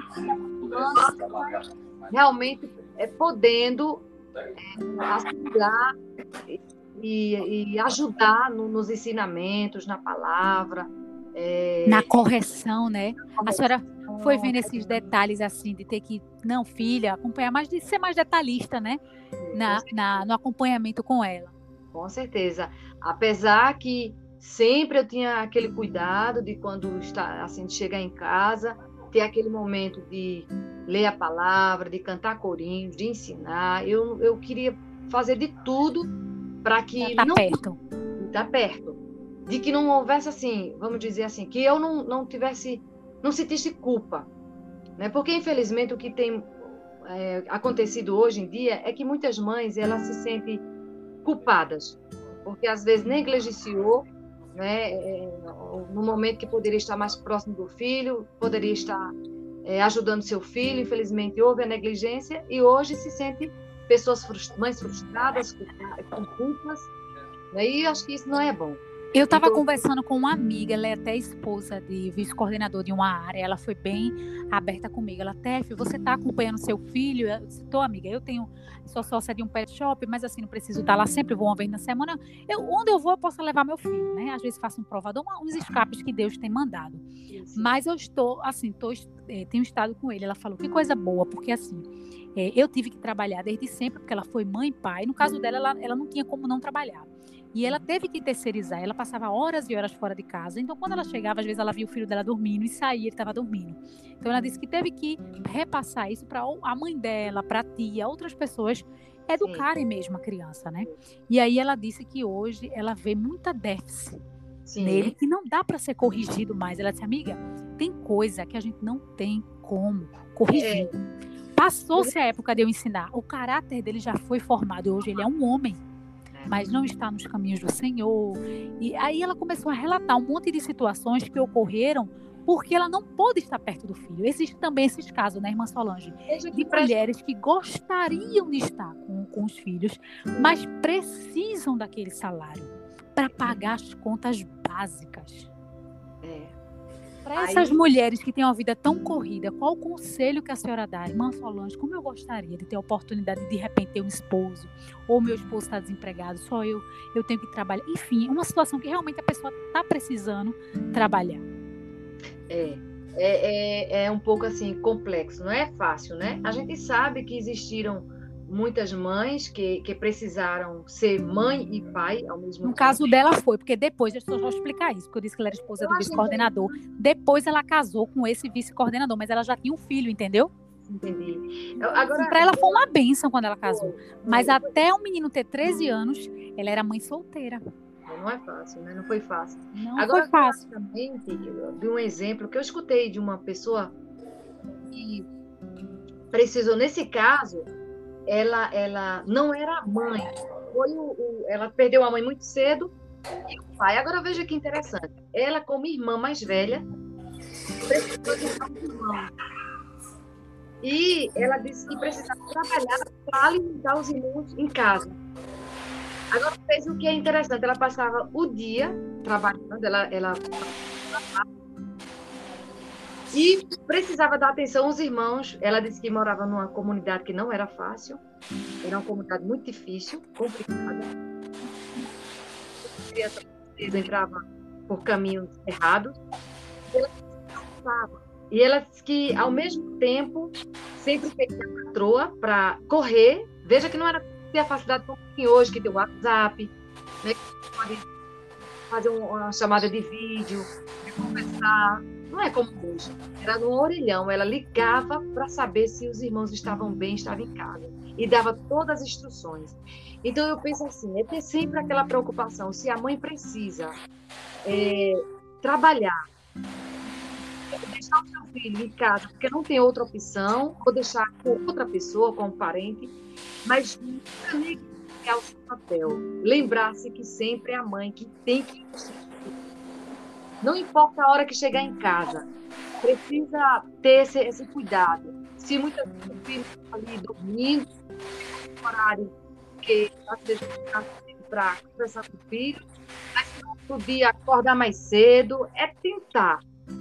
Realmente é, podendo é, assimilar e, e ajudar no, nos ensinamentos, na palavra. É, na correção, né? Na correção. A senhora foi vendo esses detalhes assim, de ter que, não, filha, acompanhar mais, de ser mais detalhista, né? Na, na, no acompanhamento com ela. Com certeza. Apesar que sempre eu tinha aquele cuidado de quando está, assim, de chegar em casa, ter aquele momento de ler a palavra, de cantar corinhos, de ensinar. Eu, eu queria fazer de tudo para que tá não perto. Tá perto. De que não houvesse assim, vamos dizer assim, que eu não, não tivesse, não sentisse culpa, né? Porque infelizmente o que tem é, acontecido hoje em dia é que muitas mães elas se sentem culpadas, porque às vezes negligenciou, né, no momento que poderia estar mais próximo do filho, poderia estar é, ajudando seu filho, infelizmente houve a negligência e hoje se sente pessoas frust- mães frustradas, com culpas, né, e acho que isso não é bom. Eu estava então, conversando com uma amiga, ela é até esposa de vice-coordenador de uma área, ela foi bem aberta comigo. Ela, Tef, você está acompanhando seu filho? Eu disse, tô, amiga, eu tenho, sou sócia de um pet shop, mas assim, não preciso estar lá sempre, vou uma vez na semana. Eu, onde eu vou, eu posso levar meu filho, né? Às vezes faço um provador, uns escapes que Deus tem mandado. Isso. Mas eu estou, assim, tô, é, tenho estado com ele. Ela falou, que coisa boa, porque assim, é, eu tive que trabalhar desde sempre, porque ela foi mãe e pai. No caso dela, ela, ela não tinha como não trabalhar. E ela teve que terceirizar, ela passava horas e horas fora de casa. Então, quando ela chegava, às vezes ela via o filho dela dormindo e saía, ele estava dormindo. Então, ela disse que teve que repassar isso para a mãe dela, para a tia, outras pessoas educarem Sim. mesmo a criança, né? E aí ela disse que hoje ela vê muita déficit Sim. nele, que não dá para ser corrigido mais. Ela disse, amiga, tem coisa que a gente não tem como corrigir. É. Passou-se a época de eu ensinar. O caráter dele já foi formado. Hoje ele é um homem, mas não está nos caminhos do Senhor. E aí ela começou a relatar um monte de situações que ocorreram porque ela não pôde estar perto do filho. Existem também esses casos, né, irmã Solange? De mulheres que gostariam de estar com, com os filhos, mas precisam daquele salário para pagar as contas básicas. É. Para essas Aí... mulheres que têm uma vida tão corrida, qual o conselho que a senhora dá? Irmã Solange, como eu gostaria de ter a oportunidade de, de repente, ter um esposo, ou meu esposo está desempregado, só eu, eu tenho que trabalhar. Enfim, uma situação que realmente a pessoa está precisando trabalhar. É, é, é, é um pouco assim, complexo, não é fácil, né? A gente sabe que existiram muitas mães que, que precisaram ser mãe e pai ao mesmo tempo. No caso dela foi, porque depois, deixa eu só explicar isso, porque eu disse que ela era esposa eu do vice-coordenador. Que... Depois ela casou com esse vice-coordenador, mas ela já tinha um filho, entendeu? Entendi. Agora, para ela foi uma bênção quando ela casou. Mas até o menino ter treze anos, ela era mãe solteira. Não é fácil, né? Não foi fácil. Não Agora, foi fácil. De um exemplo que eu escutei de uma pessoa que precisou, nesse caso, ela, ela não era mãe. Foi o, o, ela perdeu a mãe muito cedo e o pai. Agora veja que interessante. Ela, como irmã mais velha, precisou de um irmão. E ela disse que precisava trabalhar para alimentar os irmãos em casa. Agora, fez o que é interessante. Ela passava o dia trabalhando, ela, ela e precisava dar atenção aos irmãos. Ela disse que morava numa comunidade que não era fácil, era uma comunidade muito difícil, complicada. A criança entrava por caminhos errados. E ela passava. E ela disse que, ao mesmo tempo, sempre pedia a patroa para correr. Veja que não era ter a facilidade como tem hoje, que tem o WhatsApp, né, que pode fazer uma chamada de vídeo, conversar. Não é como hoje. Era no orelhão. Ela ligava para saber se os irmãos estavam bem, estavam em casa. E dava todas as instruções. Então, eu penso assim, é ter sempre aquela preocupação. Se a mãe precisa é, trabalhar, deixar o seu filho em casa, porque não tem outra opção, ou deixar com outra pessoa, com um parente, mas nunca negligenciar o seu papel. Lembrar-se que sempre é a mãe que tem que investir. Não importa a hora que chegar em casa, precisa ter esse, esse cuidado. Se muitas vezes o filho está ali dormindo, no horário que às vezes está para conversar com o filho, mas se no outro dia acordar mais cedo, é tentar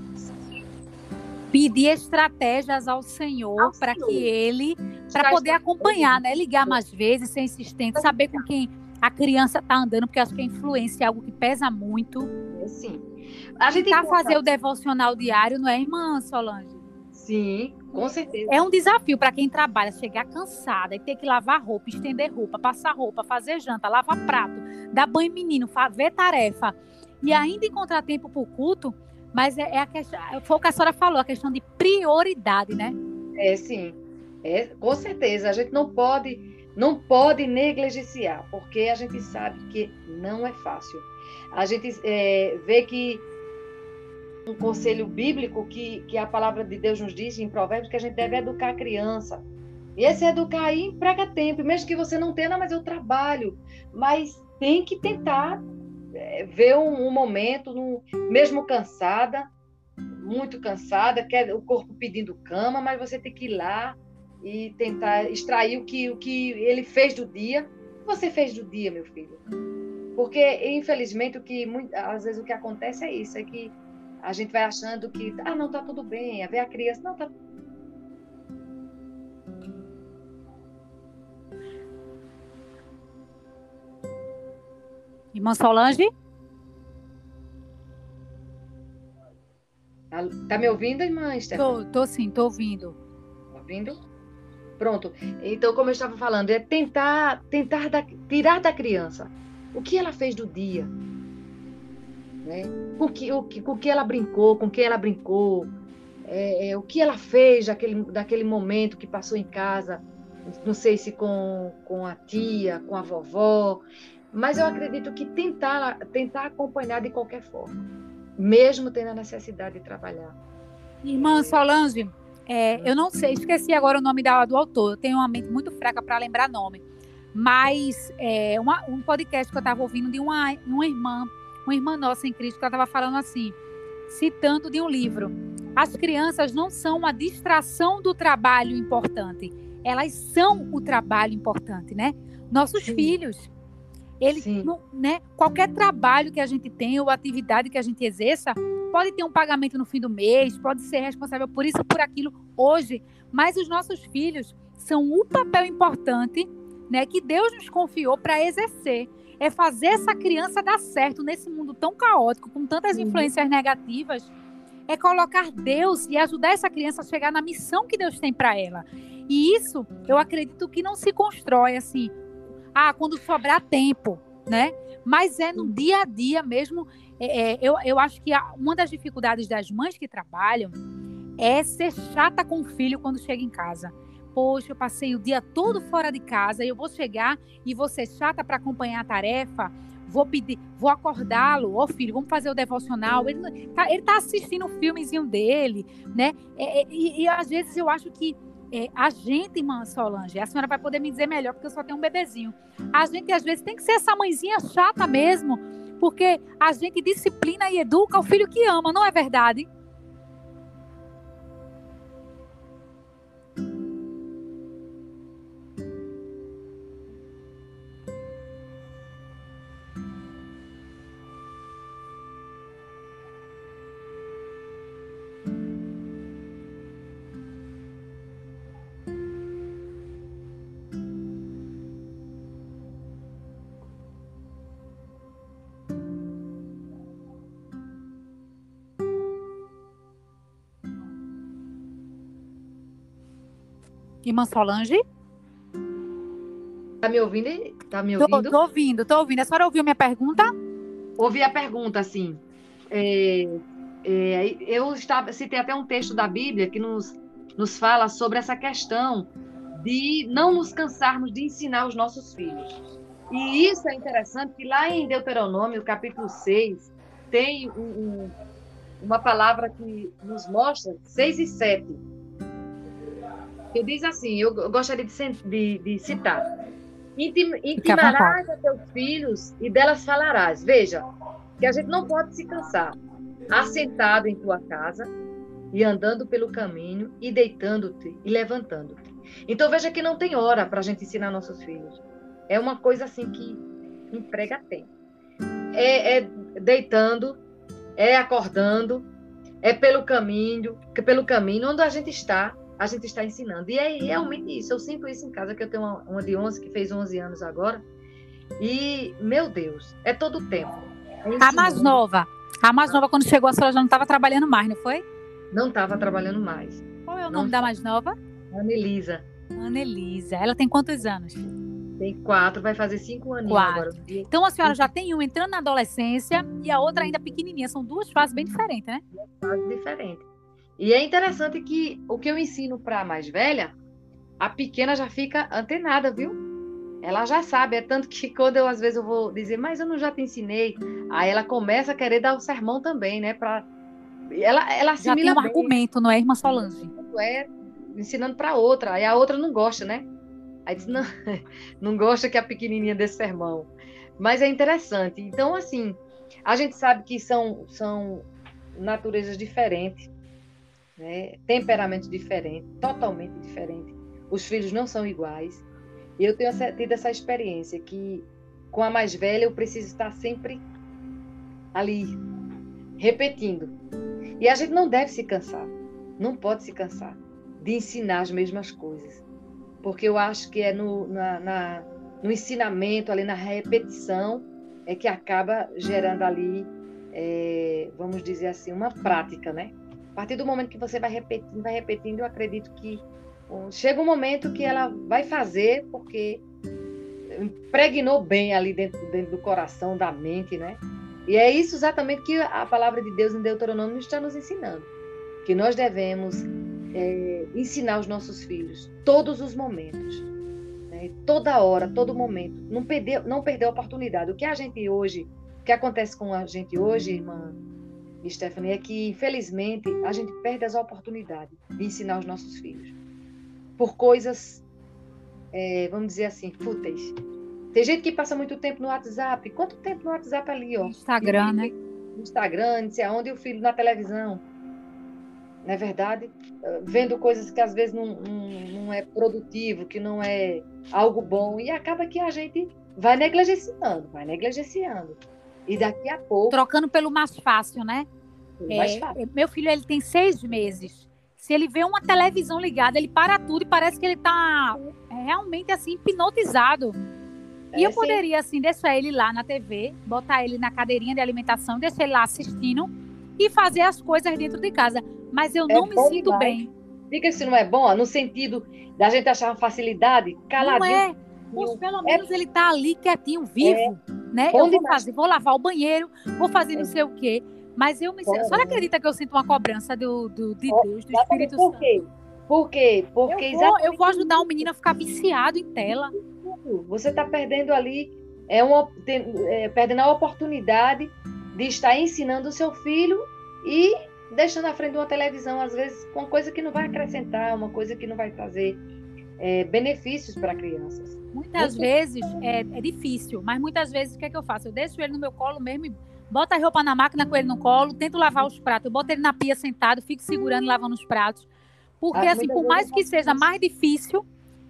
pedir estratégias ao Senhor para que ele, para poder acompanhar, né? Ligar mais vezes, ser insistente, saber com quem a criança está andando, porque acho que a influência é algo que pesa muito. É, sim. A gente tentar fazer o devocional diário, não é, irmã Solange? Sim, com certeza. É um desafio para quem trabalha, chegar cansada e ter que lavar roupa, estender roupa, passar roupa, fazer janta, lavar prato, dar banho em menino, ver tarefa e ainda encontrar tempo para o culto. Mas é, é a questão, foi o que a senhora falou, a questão de prioridade, né? É, sim. É, com certeza. A gente não pode, não pode negligenciar, porque a gente sabe que não é fácil. A gente é, vê que um conselho bíblico que, que a palavra de Deus nos diz em Provérbios que a gente deve educar a criança. E esse educar aí emprega tempo, mesmo que você não tenha, não, mas eu trabalho. Mas tem que tentar ver um, um momento, num, mesmo cansada, muito cansada, quer o corpo pedindo cama, mas você tem que ir lá e tentar extrair o que, o que ele fez do dia. O que você fez do dia, meu filho? Porque, infelizmente, o que, às vezes o que acontece é isso, é que a gente vai achando que, ah, não, tá tudo bem, ver a criança, não, tá. Irmã Solange? Tá me ouvindo, irmã Esther? Tô, tô sim, tô ouvindo. Tá ouvindo? Pronto. Então, como eu estava falando, é tentar, tentar da, tirar da criança o que ela fez do dia, né? Com que, o que, com que ela brincou, com quem ela brincou, é, é, o que ela fez daquele, daquele momento que passou em casa, não sei se com, com a tia, com a vovó, mas eu acredito que tentar, tentar acompanhar de qualquer forma, mesmo tendo a necessidade de trabalhar. Irmã Solange, é, eu não sei, esqueci agora o nome da, do autor, eu tenho uma mente muito fraca para lembrar nome, mas é, uma, um podcast que eu estava ouvindo de uma, uma irmã, uma irmã nossa em Cristo, que ela estava falando assim, citando de um livro, as crianças não são uma distração do trabalho importante, elas são o trabalho importante, né? Nossos Sim. filhos, eles, não, né? Qualquer trabalho que a gente tenha ou atividade que a gente exerça, pode ter um pagamento no fim do mês, pode ser responsável por isso, por aquilo hoje, mas os nossos filhos são o papel importante, né, que Deus nos confiou para exercer, é fazer essa criança dar certo nesse mundo tão caótico, com tantas influências negativas, é colocar Deus e ajudar essa criança a chegar na missão que Deus tem para ela. E isso, eu acredito que não se constrói assim, ah, quando sobrar tempo, né? Mas é no dia a dia mesmo. É, é, eu, eu acho que a, uma das dificuldades das mães que trabalham é ser chata com o filho quando chega em casa. Poxa, eu passei o dia todo fora de casa, eu vou chegar e vou ser chata para acompanhar a tarefa, vou pedir, vou acordá-lo, ó, filho, vamos fazer o devocional. Ele tá, ele tá assistindo o filmezinho dele, né? É, é, e, e às vezes eu acho que é, a gente, irmã Solange, a senhora vai poder me dizer melhor, porque eu só tenho um bebezinho. A gente, às vezes, tem que ser essa mãezinha chata mesmo, porque a gente disciplina e educa o filho que ama, não é verdade? Irmã Solange? Tá me ouvindo? Tá me ouvindo? Tô, tô ouvindo, tô ouvindo. A senhora ouviu minha pergunta? Ouvi a pergunta, assim. É, é, eu estava, citei até um texto da Bíblia que nos, nos fala sobre essa questão de não nos cansarmos de ensinar os nossos filhos. E isso é interessante, que lá em Deuteronômio, capítulo seis, tem um, um, uma palavra que nos mostra, seis e sete, que diz assim, eu gostaria de, de, de citar: Intim, intimarás a teus filhos e delas falarás. Veja, que a gente não pode se cansar, assentado em tua casa e andando pelo caminho e deitando-te e levantando-te. Então veja que não tem hora para a gente ensinar nossos filhos. É uma coisa assim que emprega tempo. É, é deitando, é acordando, é pelo caminho, que pelo caminho onde a gente está, a gente está ensinando. E é realmente isso. Eu sinto isso em casa, que eu tenho uma, uma de onze que fez onze anos agora. E, meu Deus, é todo o tempo. É a mais nova. A mais nova, quando chegou, a senhora já não estava trabalhando mais, não foi? Não estava trabalhando mais. Qual é o não nome da mais nova? Anelisa. Anelisa. Ela tem quantos anos? Tem quatro, vai fazer cinco aninhos quatro. agora. Então a senhora já tem uma entrando na adolescência e a outra ainda pequenininha. São duas fases bem diferentes, né? Duas fases diferentes. E é interessante que o que eu ensino para a mais velha, a pequena já fica antenada, viu? Ela já sabe, é tanto que quando eu às vezes eu vou dizer, mas eu não já te ensinei, aí ela começa a querer dar o sermão também, né? Pra... Ela, ela já tem um bem. Argumento, não é, irmã Solange? É, ensinando para outra, aí a outra não gosta, né? Aí diz, não, não gosta que a pequenininha desse sermão. Mas é interessante. Então, assim, a gente sabe que são, são naturezas diferentes, né? Temperamentos diferentes, totalmente diferentes. Os filhos não são iguais. E eu tenho tido essa experiência que, com a mais velha, eu preciso estar sempre ali, repetindo. E a gente não deve se cansar, não pode se cansar de ensinar as mesmas coisas. Porque eu acho que é no, na, na, no ensinamento, ali na repetição, é que acaba gerando ali, é, vamos dizer assim, uma prática, né? A partir do momento que você vai repetindo, vai repetindo, eu acredito que bom, chega um momento que ela vai fazer, porque impregnou bem ali dentro, dentro do coração, da mente, né? E é isso exatamente que a palavra de Deus em Deuteronômio está nos ensinando. Que nós devemos é, ensinar os nossos filhos todos os momentos, né? Toda hora, todo momento. Não perder, não perder a oportunidade. O que a gente hoje, o que acontece com a gente hoje, irmã Stephanie, é que, infelizmente, a gente perde as oportunidades de ensinar os nossos filhos. Por coisas, é, vamos dizer assim, fúteis. Tem gente que passa muito tempo no WhatsApp. Quanto tempo no WhatsApp ali, ó? Instagram, e, né? No Instagram, não sei aonde, e o filho na televisão. Não é verdade? Vendo coisas que às vezes não, não, não é produtivo, que não é algo bom. E acaba que a gente vai negligenciando, vai negligenciando. E daqui a pouco... Trocando pelo mais fácil, né? Pelo mais fácil. É, meu filho, ele tem seis meses. Se ele vê uma televisão ligada, ele para tudo e parece que ele está realmente assim, hipnotizado. E é, eu poderia, sim. assim, deixar ele lá na T V, botar ele na cadeirinha de alimentação, deixar ele lá assistindo e fazer as coisas dentro de casa. Mas eu é não me sinto demais. bem. Fica se não é bom, no sentido da gente achar uma facilidade, caladinho. Não é. Pois, pelo menos é. ele está ali quietinho, vivo. É. Né? Eu vou fazer, vou lavar o banheiro, vou fazer é. não sei o quê. Mas eu me sinto... A senhora acredita que eu sinto uma cobrança do, do, de Deus, do Espírito Santo? Por quê? Por quê? Porque eu, vou, eu vou ajudar o menino a ficar viciado em tela. Você está perdendo ali, é uma, tem, é, perdendo a oportunidade de estar ensinando o seu filho e deixando à frente de uma televisão, às vezes, com coisa que não vai acrescentar, uma coisa que não vai trazer é, benefícios para crianças. Muitas Muito... vezes é, é difícil, mas muitas vezes o que é que eu faço? Eu deixo ele no meu colo mesmo e boto a roupa na máquina com ele no colo, tento lavar os pratos, eu boto ele na pia sentado, fico segurando e lavando os pratos. Porque, assim, por mais que seja mais difícil,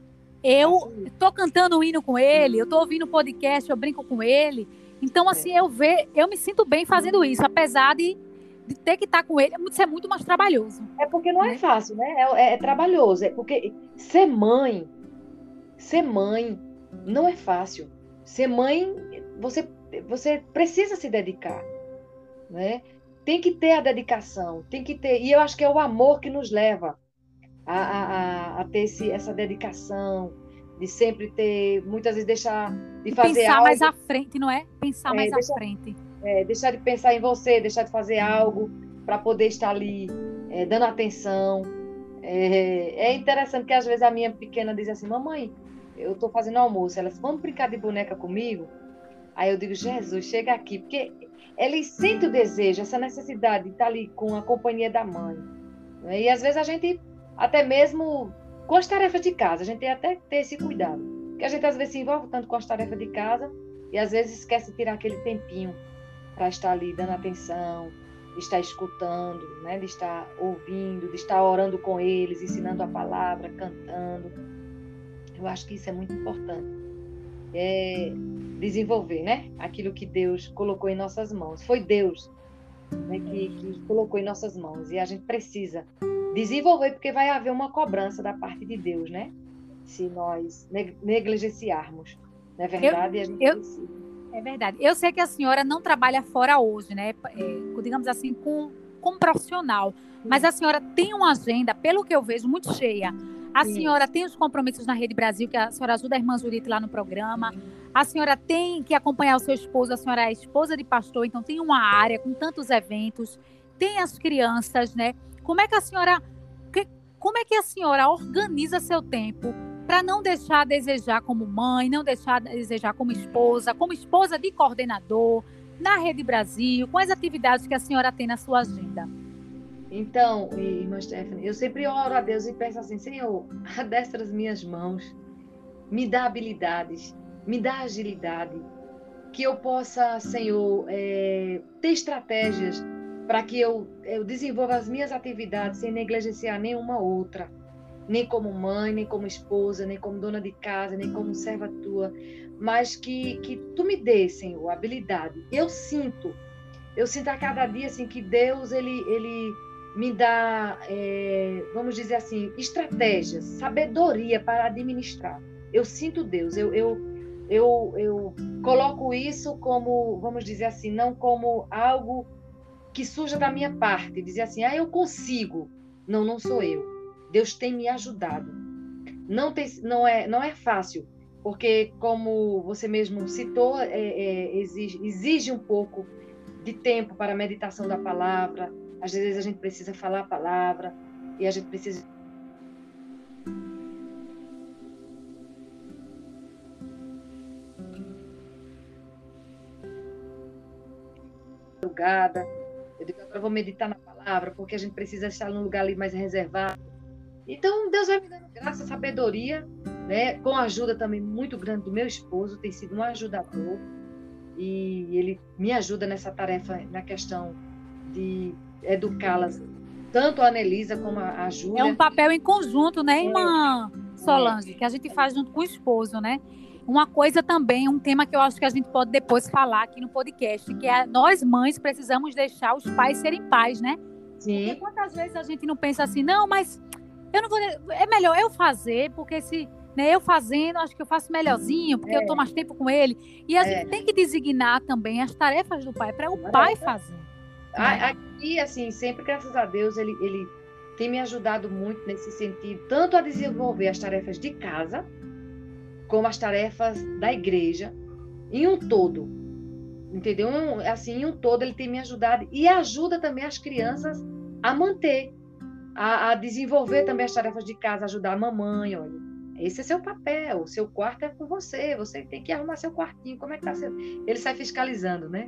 eu tô cantando um hino com ele, eu tô ouvindo podcast, eu brinco com ele. Então, assim, eu, ve, eu me sinto bem fazendo isso, apesar de, de ter que estar com ele, ser muito mais trabalhoso. É porque não é fácil, né? É, é trabalhoso. É porque ser mãe, ser mãe não é fácil. Ser mãe, você, você precisa se dedicar, né? Tem que ter a dedicação, tem que ter... E eu acho que é o amor que nos leva A, a, a ter esse, essa dedicação, de sempre ter, muitas vezes deixar de e fazer pensar algo. mais à frente, não é? Pensar é, mais deixar, à frente. É, deixar de pensar em você, deixar de fazer algo, para poder estar ali é, dando atenção. É, é interessante que às vezes a minha pequena diz assim, mamãe, eu estou fazendo almoço, elas vão brincar de boneca comigo? Aí eu digo, Jesus, chega aqui, porque eles sentem o desejo, essa necessidade de estar ali com a companhia da mãe. Né? E às vezes a gente, até mesmo com as tarefas de casa, a gente tem até que ter esse cuidado. Porque a gente às vezes se envolve tanto com as tarefas de casa e às vezes esquece de tirar aquele tempinho para estar ali dando atenção, de estar escutando, né? De estar ouvindo, de estar orando com eles, ensinando a palavra, cantando. Eu acho que isso é muito importante. É desenvolver, né? Aquilo que Deus colocou em nossas mãos. Foi Deus, né, que, que colocou em nossas mãos. E a gente precisa desenvolver, porque vai haver uma cobrança da parte de Deus, né? Se nós negligenciarmos. Não é verdade? Eu, a gente eu, precisa. É verdade. Eu sei que a senhora não trabalha fora hoje, né? É, digamos assim, com, como profissional. Mas a senhora tem uma agenda, pelo que eu vejo, muito cheia. A Sim. senhora tem os compromissos na Rede Brasil, que a senhora ajuda a irmã Judite lá no programa. A senhora tem que acompanhar o seu esposo. A senhora é esposa de pastor, então tem uma área com tantos eventos. Tem as crianças, né? Como é que a senhora, que, como é que a senhora organiza seu tempo para não deixar a desejar como mãe, não deixar a desejar como esposa, como esposa de coordenador, na Rede Brasil, com as atividades que a senhora tem na sua agenda? Então, irmã Stephanie, eu sempre oro a Deus e penso assim, Senhor, adestra as minhas mãos, me dá habilidades, me dá agilidade, que eu possa, Senhor, é, ter estratégias para que eu, eu desenvolva as minhas atividades sem negligenciar nenhuma outra, nem como mãe, nem como esposa, nem como dona de casa, nem como serva tua, mas que, que tu me dê, Senhor, habilidade. Eu sinto, eu sinto a cada dia assim, que Deus, ele, ele me dá, é, vamos dizer assim, estratégias, sabedoria para administrar. Eu sinto Deus, eu, eu, eu, eu coloco isso como, vamos dizer assim, não como algo que surja da minha parte, dizer assim, ah, eu consigo. Não, não sou eu. Deus tem me ajudado. Não, tem, não, é, não é fácil, porque, como você mesmo citou, é, é, exige, exige um pouco de tempo para a meditação da palavra. Às vezes a gente precisa falar a palavra e a gente precisa... Eu digo, agora eu vou meditar na palavra, porque a gente precisa estar num lugar ali mais reservado. Então, Deus vai me dando graça, sabedoria, né? Com a ajuda também muito grande do meu esposo, tem sido um ajudador, e ele me ajuda nessa tarefa, na questão de educá-las, tanto a Anelisa como a Júlia. É um papel em conjunto, né, irmã é, Solange, é. que a gente faz junto com o esposo, né? Uma coisa também, um tema que eu acho que a gente pode depois falar aqui no podcast, que é nós mães precisamos deixar os pais serem pais, né? Sim. Porque quantas vezes a gente não pensa assim, não, mas eu não vou, é melhor eu fazer, porque se né, eu fazendo, acho que eu faço melhorzinho, porque é. eu tô mais tempo com ele. E a é. gente tem que designar também as tarefas do pai, para o pai fazer. Né? Aqui, assim, sempre, graças a Deus, ele, ele tem me ajudado muito nesse sentido, tanto a desenvolver as tarefas de casa, como as tarefas da igreja, em um todo, entendeu? Assim, em um todo ele tem me ajudado e ajuda também as crianças a manter, a, a desenvolver também as tarefas de casa, ajudar a mamãe, olha, esse é seu papel, o seu quarto é com você, você tem que arrumar seu quartinho, como é que tá seu... Ele sai fiscalizando, né?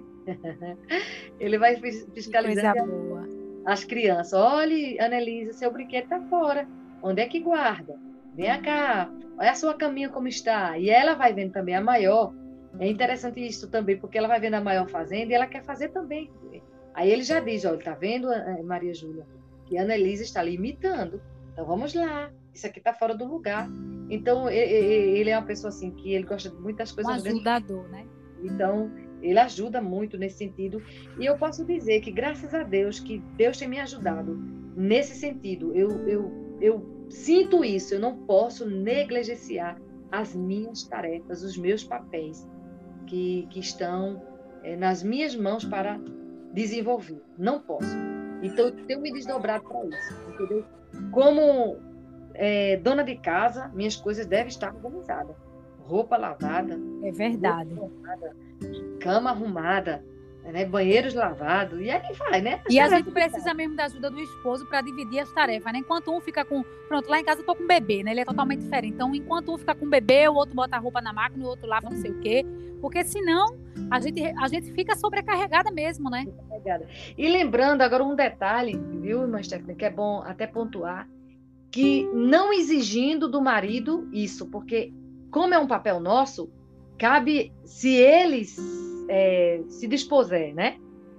Ele vai fiscalizando as crianças, olha, Anelisa, seu brinquedo tá fora, onde é que guarda? Vem cá, olha a sua caminha como está. E ela vai vendo também a maior. É interessante isso também, porque ela vai vendo a maior fazendo e ela quer fazer também. Aí ele já diz, olha, tá vendo, Maria Júlia, que a Anelisa está ali imitando. Então vamos lá, isso aqui tá fora do lugar. Então ele é uma pessoa assim, que ele gosta de muitas coisas. Um ajudador, né? Então ele ajuda muito nesse sentido. E eu posso dizer que graças a Deus, que Deus tem me ajudado nesse sentido. Eu, eu, eu sinto isso, eu não posso negligenciar as minhas tarefas, os meus papéis que, que estão é, nas minhas mãos para desenvolver. Não posso. Então, eu tenho me desdobrado para isso, entendeu? Como é, dona de casa, minhas coisas devem estar organizadas. Roupa lavada. É verdade. Roupa lavada, cama arrumada, né? Banheiros lavados, e aí vai, né? E a gente precisa mesmo da ajuda do esposo para dividir as tarefas, né? Enquanto um fica com... Pronto, lá em casa eu tô com bebê, né? Ele é totalmente diferente. Então, enquanto um fica com bebê, o outro bota a roupa na máquina, o outro lava não sei o quê. Porque senão, a gente, a gente fica sobrecarregada mesmo, né? E lembrando agora um detalhe, viu, irmã Stephanie, que é bom até pontuar, que não exigindo do marido isso, porque como é um papel nosso, cabe, se eles é, se dispuser, né,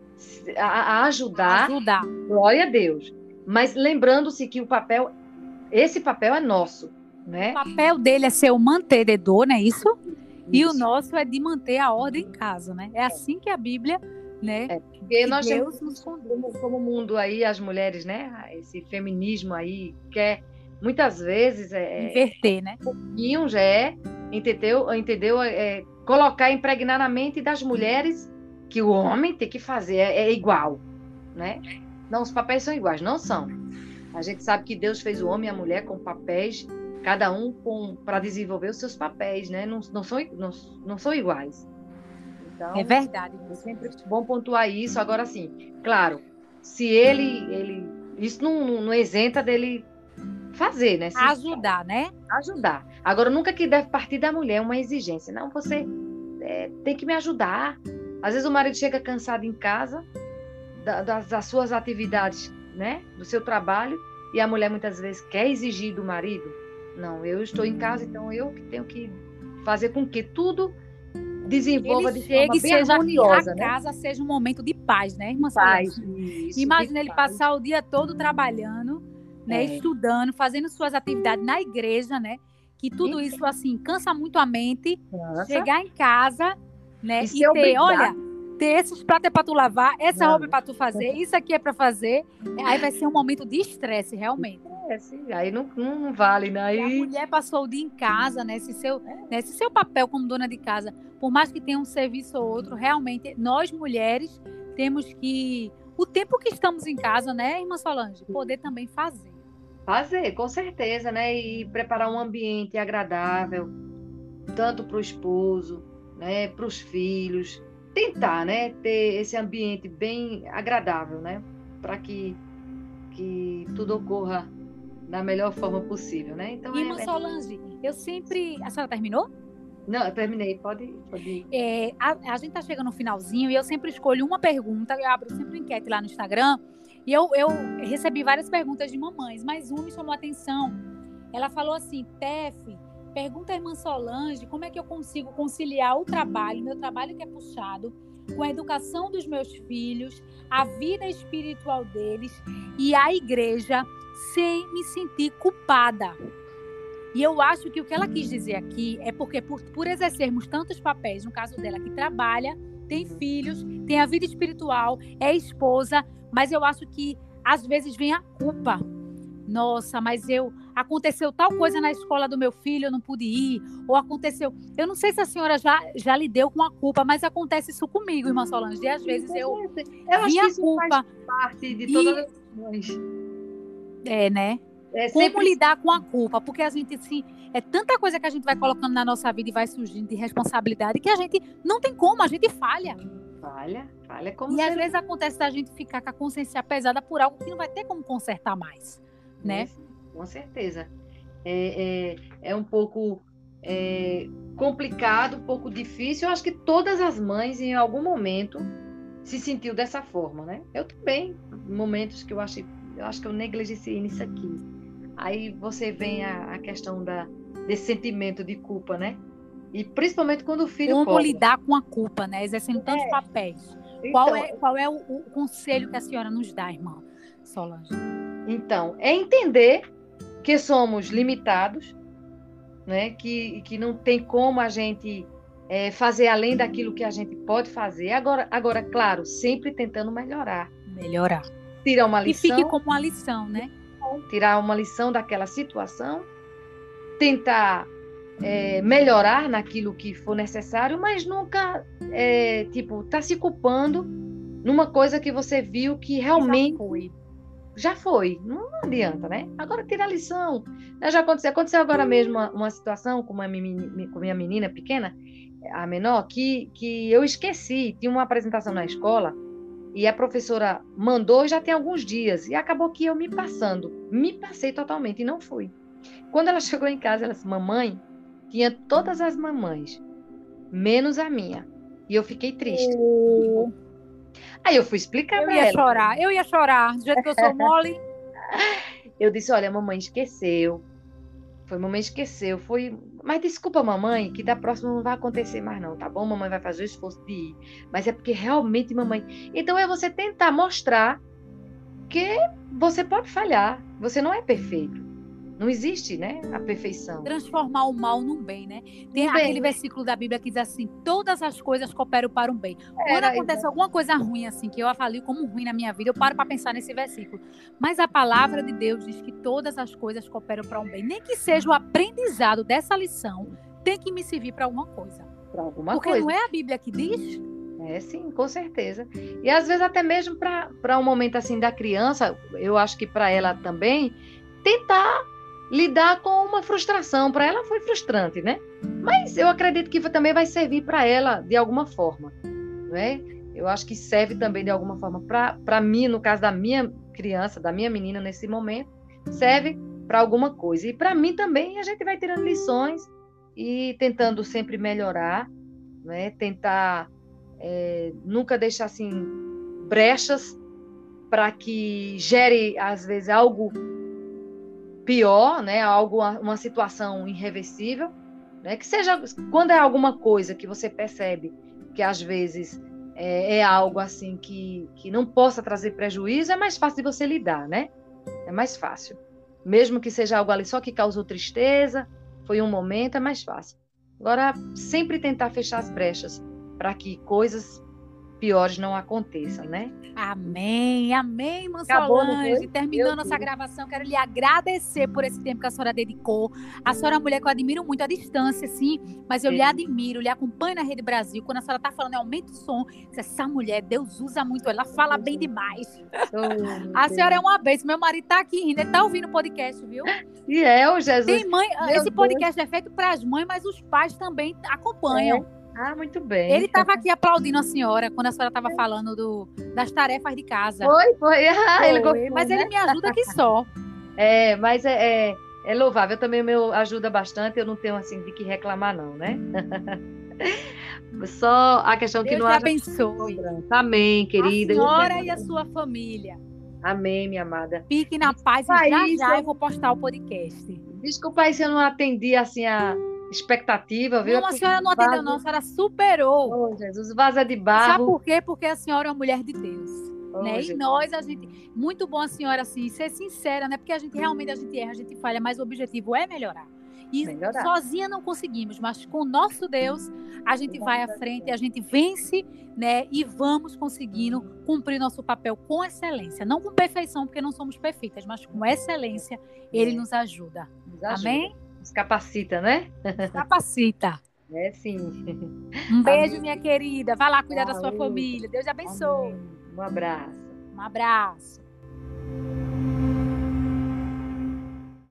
a, a ajudar, Ajudar. Glória a Deus. Mas lembrando-se que o papel, esse papel é nosso, né? O papel dele é ser o mantenedor, não é isso? Isso. E o nosso é de manter a ordem em casa, né? É assim que a Bíblia, né? É, porque nós Deus temos, nos como, como mundo aí, as mulheres, né? Esse feminismo aí, quer muitas vezes é, inverter, né? E um já é, entendeu? Entendeu? É, colocar, impregnar na mente das mulheres que o homem tem que fazer, é, é igual, né? Não, os papéis são iguais, não são. A gente sabe que Deus fez o homem e a mulher com papéis, cada um para desenvolver os seus papéis, né? Não, não, são, não, não são iguais. Então, é verdade. É sempre bom pontuar isso. Agora, sim, claro, se ele, ele isso não, não isenta dele fazer, né? Se ajudar, né? Ajudar. Agora, nunca que deve partir da mulher uma exigência. Não, você é, tem que me ajudar. Às vezes o marido chega cansado em casa da, das, das suas atividades, né? Do seu trabalho, e a mulher muitas vezes quer exigir do marido. Não, eu estou em casa, então eu que tenho que fazer com que tudo desenvolva ele de forma bem seja harmoniosa, a né? casa seja um momento de paz, né, irmã Paz, Solange? isso, Imagina ele paz. passar o dia todo trabalhando, né, É. estudando, fazendo suas atividades na igreja, né? Que tudo isso assim cansa muito a mente. Nossa. Chegar em casa, né, E e, ser ter, obrigado. olha, ter esses pratos é para tu lavar, essa Não. roupa é para tu fazer, isso aqui é para fazer. Aí vai ser um momento de estresse, realmente. É, sim, aí não, não vale, né? E a Aí... mulher passou o dia em casa, né? Esse seu, né? Esse seu papel como dona de casa, por mais que tenha um serviço ou outro, realmente, nós mulheres temos que, o tempo que estamos em casa, né, irmã Solange, poder também fazer. Fazer, com certeza, né? E preparar um ambiente agradável, tanto para o esposo, né? Para os filhos. Tentar, né? Ter esse ambiente bem agradável, né? Para que, que tudo ocorra da melhor forma possível, né? Então, Irmã é... Solange, eu sempre... A senhora terminou? Não, eu terminei, pode, pode ir. É, a, a gente tá chegando no finalzinho e eu sempre escolho uma pergunta, eu abro sempre enquete lá no Instagram, e eu, eu recebi várias perguntas de mamães, mas uma me chamou a atenção. Ela falou assim: Tef, pergunta à irmã Solange como é que eu consigo conciliar o trabalho, meu trabalho que é puxado, com a educação dos meus filhos, a vida espiritual deles e a igreja, sem me sentir culpada. E eu acho que o que ela quis dizer aqui é porque por, por exercermos tantos papéis, no caso dela que trabalha, tem filhos, tem a vida espiritual, é esposa, mas eu acho que às vezes vem a culpa. Nossa, mas eu aconteceu tal coisa na escola do meu filho, eu não pude ir, ou aconteceu... Eu não sei se a senhora já, já lidou com a culpa, mas acontece isso comigo, irmã Solange, e às vezes eu, eu acho vi que a isso culpa. Faz parte de todas E... as questões. É, né? É Como sempre... lidar com a culpa? Porque a gente, assim, é tanta coisa que a gente vai colocando na nossa vida e vai surgindo de responsabilidade que a gente não tem como, a gente falha. Falha, falha como E ser... às vezes acontece da gente ficar com a consciência pesada por algo que não vai ter como consertar mais, né? Com certeza. É, é, é um pouco é, complicado, um pouco difícil. Eu acho que todas as mães, em algum momento, se sentiu dessa forma, né? Eu também, momentos que eu acho, eu acho que eu negligenciei nisso aqui. Aí você vem a, a questão da, desse sentimento de culpa, né? E principalmente quando o filho Como cobra. lidar com a culpa, né? Exercendo tantos É. papéis. Então, qual é, qual é o, o conselho que a senhora nos dá, irmã Solange? Então, é entender que somos limitados, né? que, que não tem como a gente é, fazer além daquilo que a gente pode fazer. Agora, agora, claro, sempre tentando melhorar. Melhorar. Tirar uma lição. E fique como uma lição, né? Tirar uma lição daquela situação, tentar é, melhorar naquilo que for necessário, mas nunca, é, tipo, tá se culpando numa coisa que você viu que realmente... já foi, não adianta, né? Agora tira a lição. Já aconteceu, aconteceu agora mesmo uma, uma situação com, uma menina, com minha menina pequena, a menor, que, que eu esqueci. Tinha uma apresentação na escola e a professora mandou já tem alguns dias, e acabou que eu me passando, me passei totalmente e não fui. Quando ela chegou em casa, ela disse, mamãe, tinha todas as mamães, menos a minha. E eu fiquei triste. Oh. Aí eu fui explicar para ela. Eu ia chorar, eu ia chorar, do jeito que eu sou mole. Eu disse, olha, a mamãe esqueceu. Foi, mamãe esqueceu. Foi, mas desculpa, mamãe, que da próxima não vai acontecer mais não, tá bom? Mamãe vai fazer o esforço de ir. Mas é porque realmente, mamãe... Então é você tentar mostrar que você pode falhar. Você não é perfeito. Não existe, né, a perfeição. Transformar o mal num bem, né? Tem Um aquele bem. versículo da Bíblia que diz assim, todas as coisas cooperam para um bem. Quando Era, acontece exatamente. alguma coisa ruim, assim, que eu avalio como ruim na minha vida, eu paro para pensar nesse versículo. Mas a palavra de Deus diz que todas as coisas cooperam para um bem. Nem que seja o aprendizado dessa lição, tem que me servir para alguma coisa. Para alguma Porque coisa. não é a Bíblia que diz? É, sim, com certeza. E às vezes até mesmo para um momento assim da criança, eu acho que para ela também, tentar lidar com uma frustração. Para ela foi frustrante, né? Mas eu acredito que também vai servir para ela de alguma forma, não é? Eu acho que serve também de alguma forma para mim, no caso da minha criança, da minha menina nesse momento, serve para alguma coisa. E para mim também a gente vai tirando lições e tentando sempre melhorar, né? Tentar é, nunca deixar assim brechas para que gere às vezes algo pior, né? Algo, uma situação irreversível, né? Que seja quando é alguma coisa que você percebe que às vezes é, é algo assim que, que não possa trazer prejuízo, é mais fácil de você lidar, né? É mais fácil. Mesmo que seja algo ali só que causou tristeza, foi um momento, é mais fácil. Agora, sempre tentar fechar as brechas para que coisas piores não aconteçam, né? Amém, amém, irmã Acabou, não Solange. foi? Terminando Meu essa Deus. gravação, quero lhe agradecer por esse tempo que a senhora dedicou. A senhora é uma mulher que eu admiro muito à distância, sim, mas eu lhe É. admiro, lhe acompanho na Rede Brasil. Quando a senhora está falando, aumenta o som. Essa mulher, Deus usa muito, ela fala bem demais. Oh, A senhora é uma bênção. Meu marido está aqui rindo, ele está ouvindo o podcast, viu? E é, o Jesus. Tem mãe, Meu esse Deus. podcast é feito para as mães, mas os pais também acompanham. É. Ah, muito bem. Ele estava aqui aplaudindo a senhora quando a senhora estava falando do, das tarefas de casa. Foi, foi. Ah, Foi, ele gostou, mas né? ele me ajuda aqui só. É, mas é, é, é louvável. Também meu ajuda bastante. Eu não tenho assim de que reclamar, não, né? Só a questão que Deus não te haja abençoe. Amém, A querida. senhora e a sua família. Amém, minha amada. Fiquem na paz e Desculpa já aí, já se eu- eu vou postar o podcast. Desculpa aí se eu não atendi assim a expectativa, viu? Não, a senhora não atendeu não, a senhora superou. Oh, Jesus, vaza de Sabe barro. por quê? Porque a senhora é uma mulher de Deus. Oh, Né? E Jesus. nós, a gente, muito bom a senhora assim, ser sincera, né? Porque a gente realmente a gente erra, a gente falha, mas o objetivo é melhorar. E Melhorar. sozinha não conseguimos, mas com o nosso Deus, a gente vai à frente, a gente vence, né? E vamos conseguindo cumprir nosso papel com excelência. Não com perfeição, porque não somos perfeitas, mas com excelência, Ele É. nos ajuda. Nos ajuda. Amém? Nos capacita, né? Capacita. É sim. Um beijo, Amém. minha querida. Vai lá cuidar da sua Amém. família. Deus abençoe. Amém. Um abraço. Um abraço.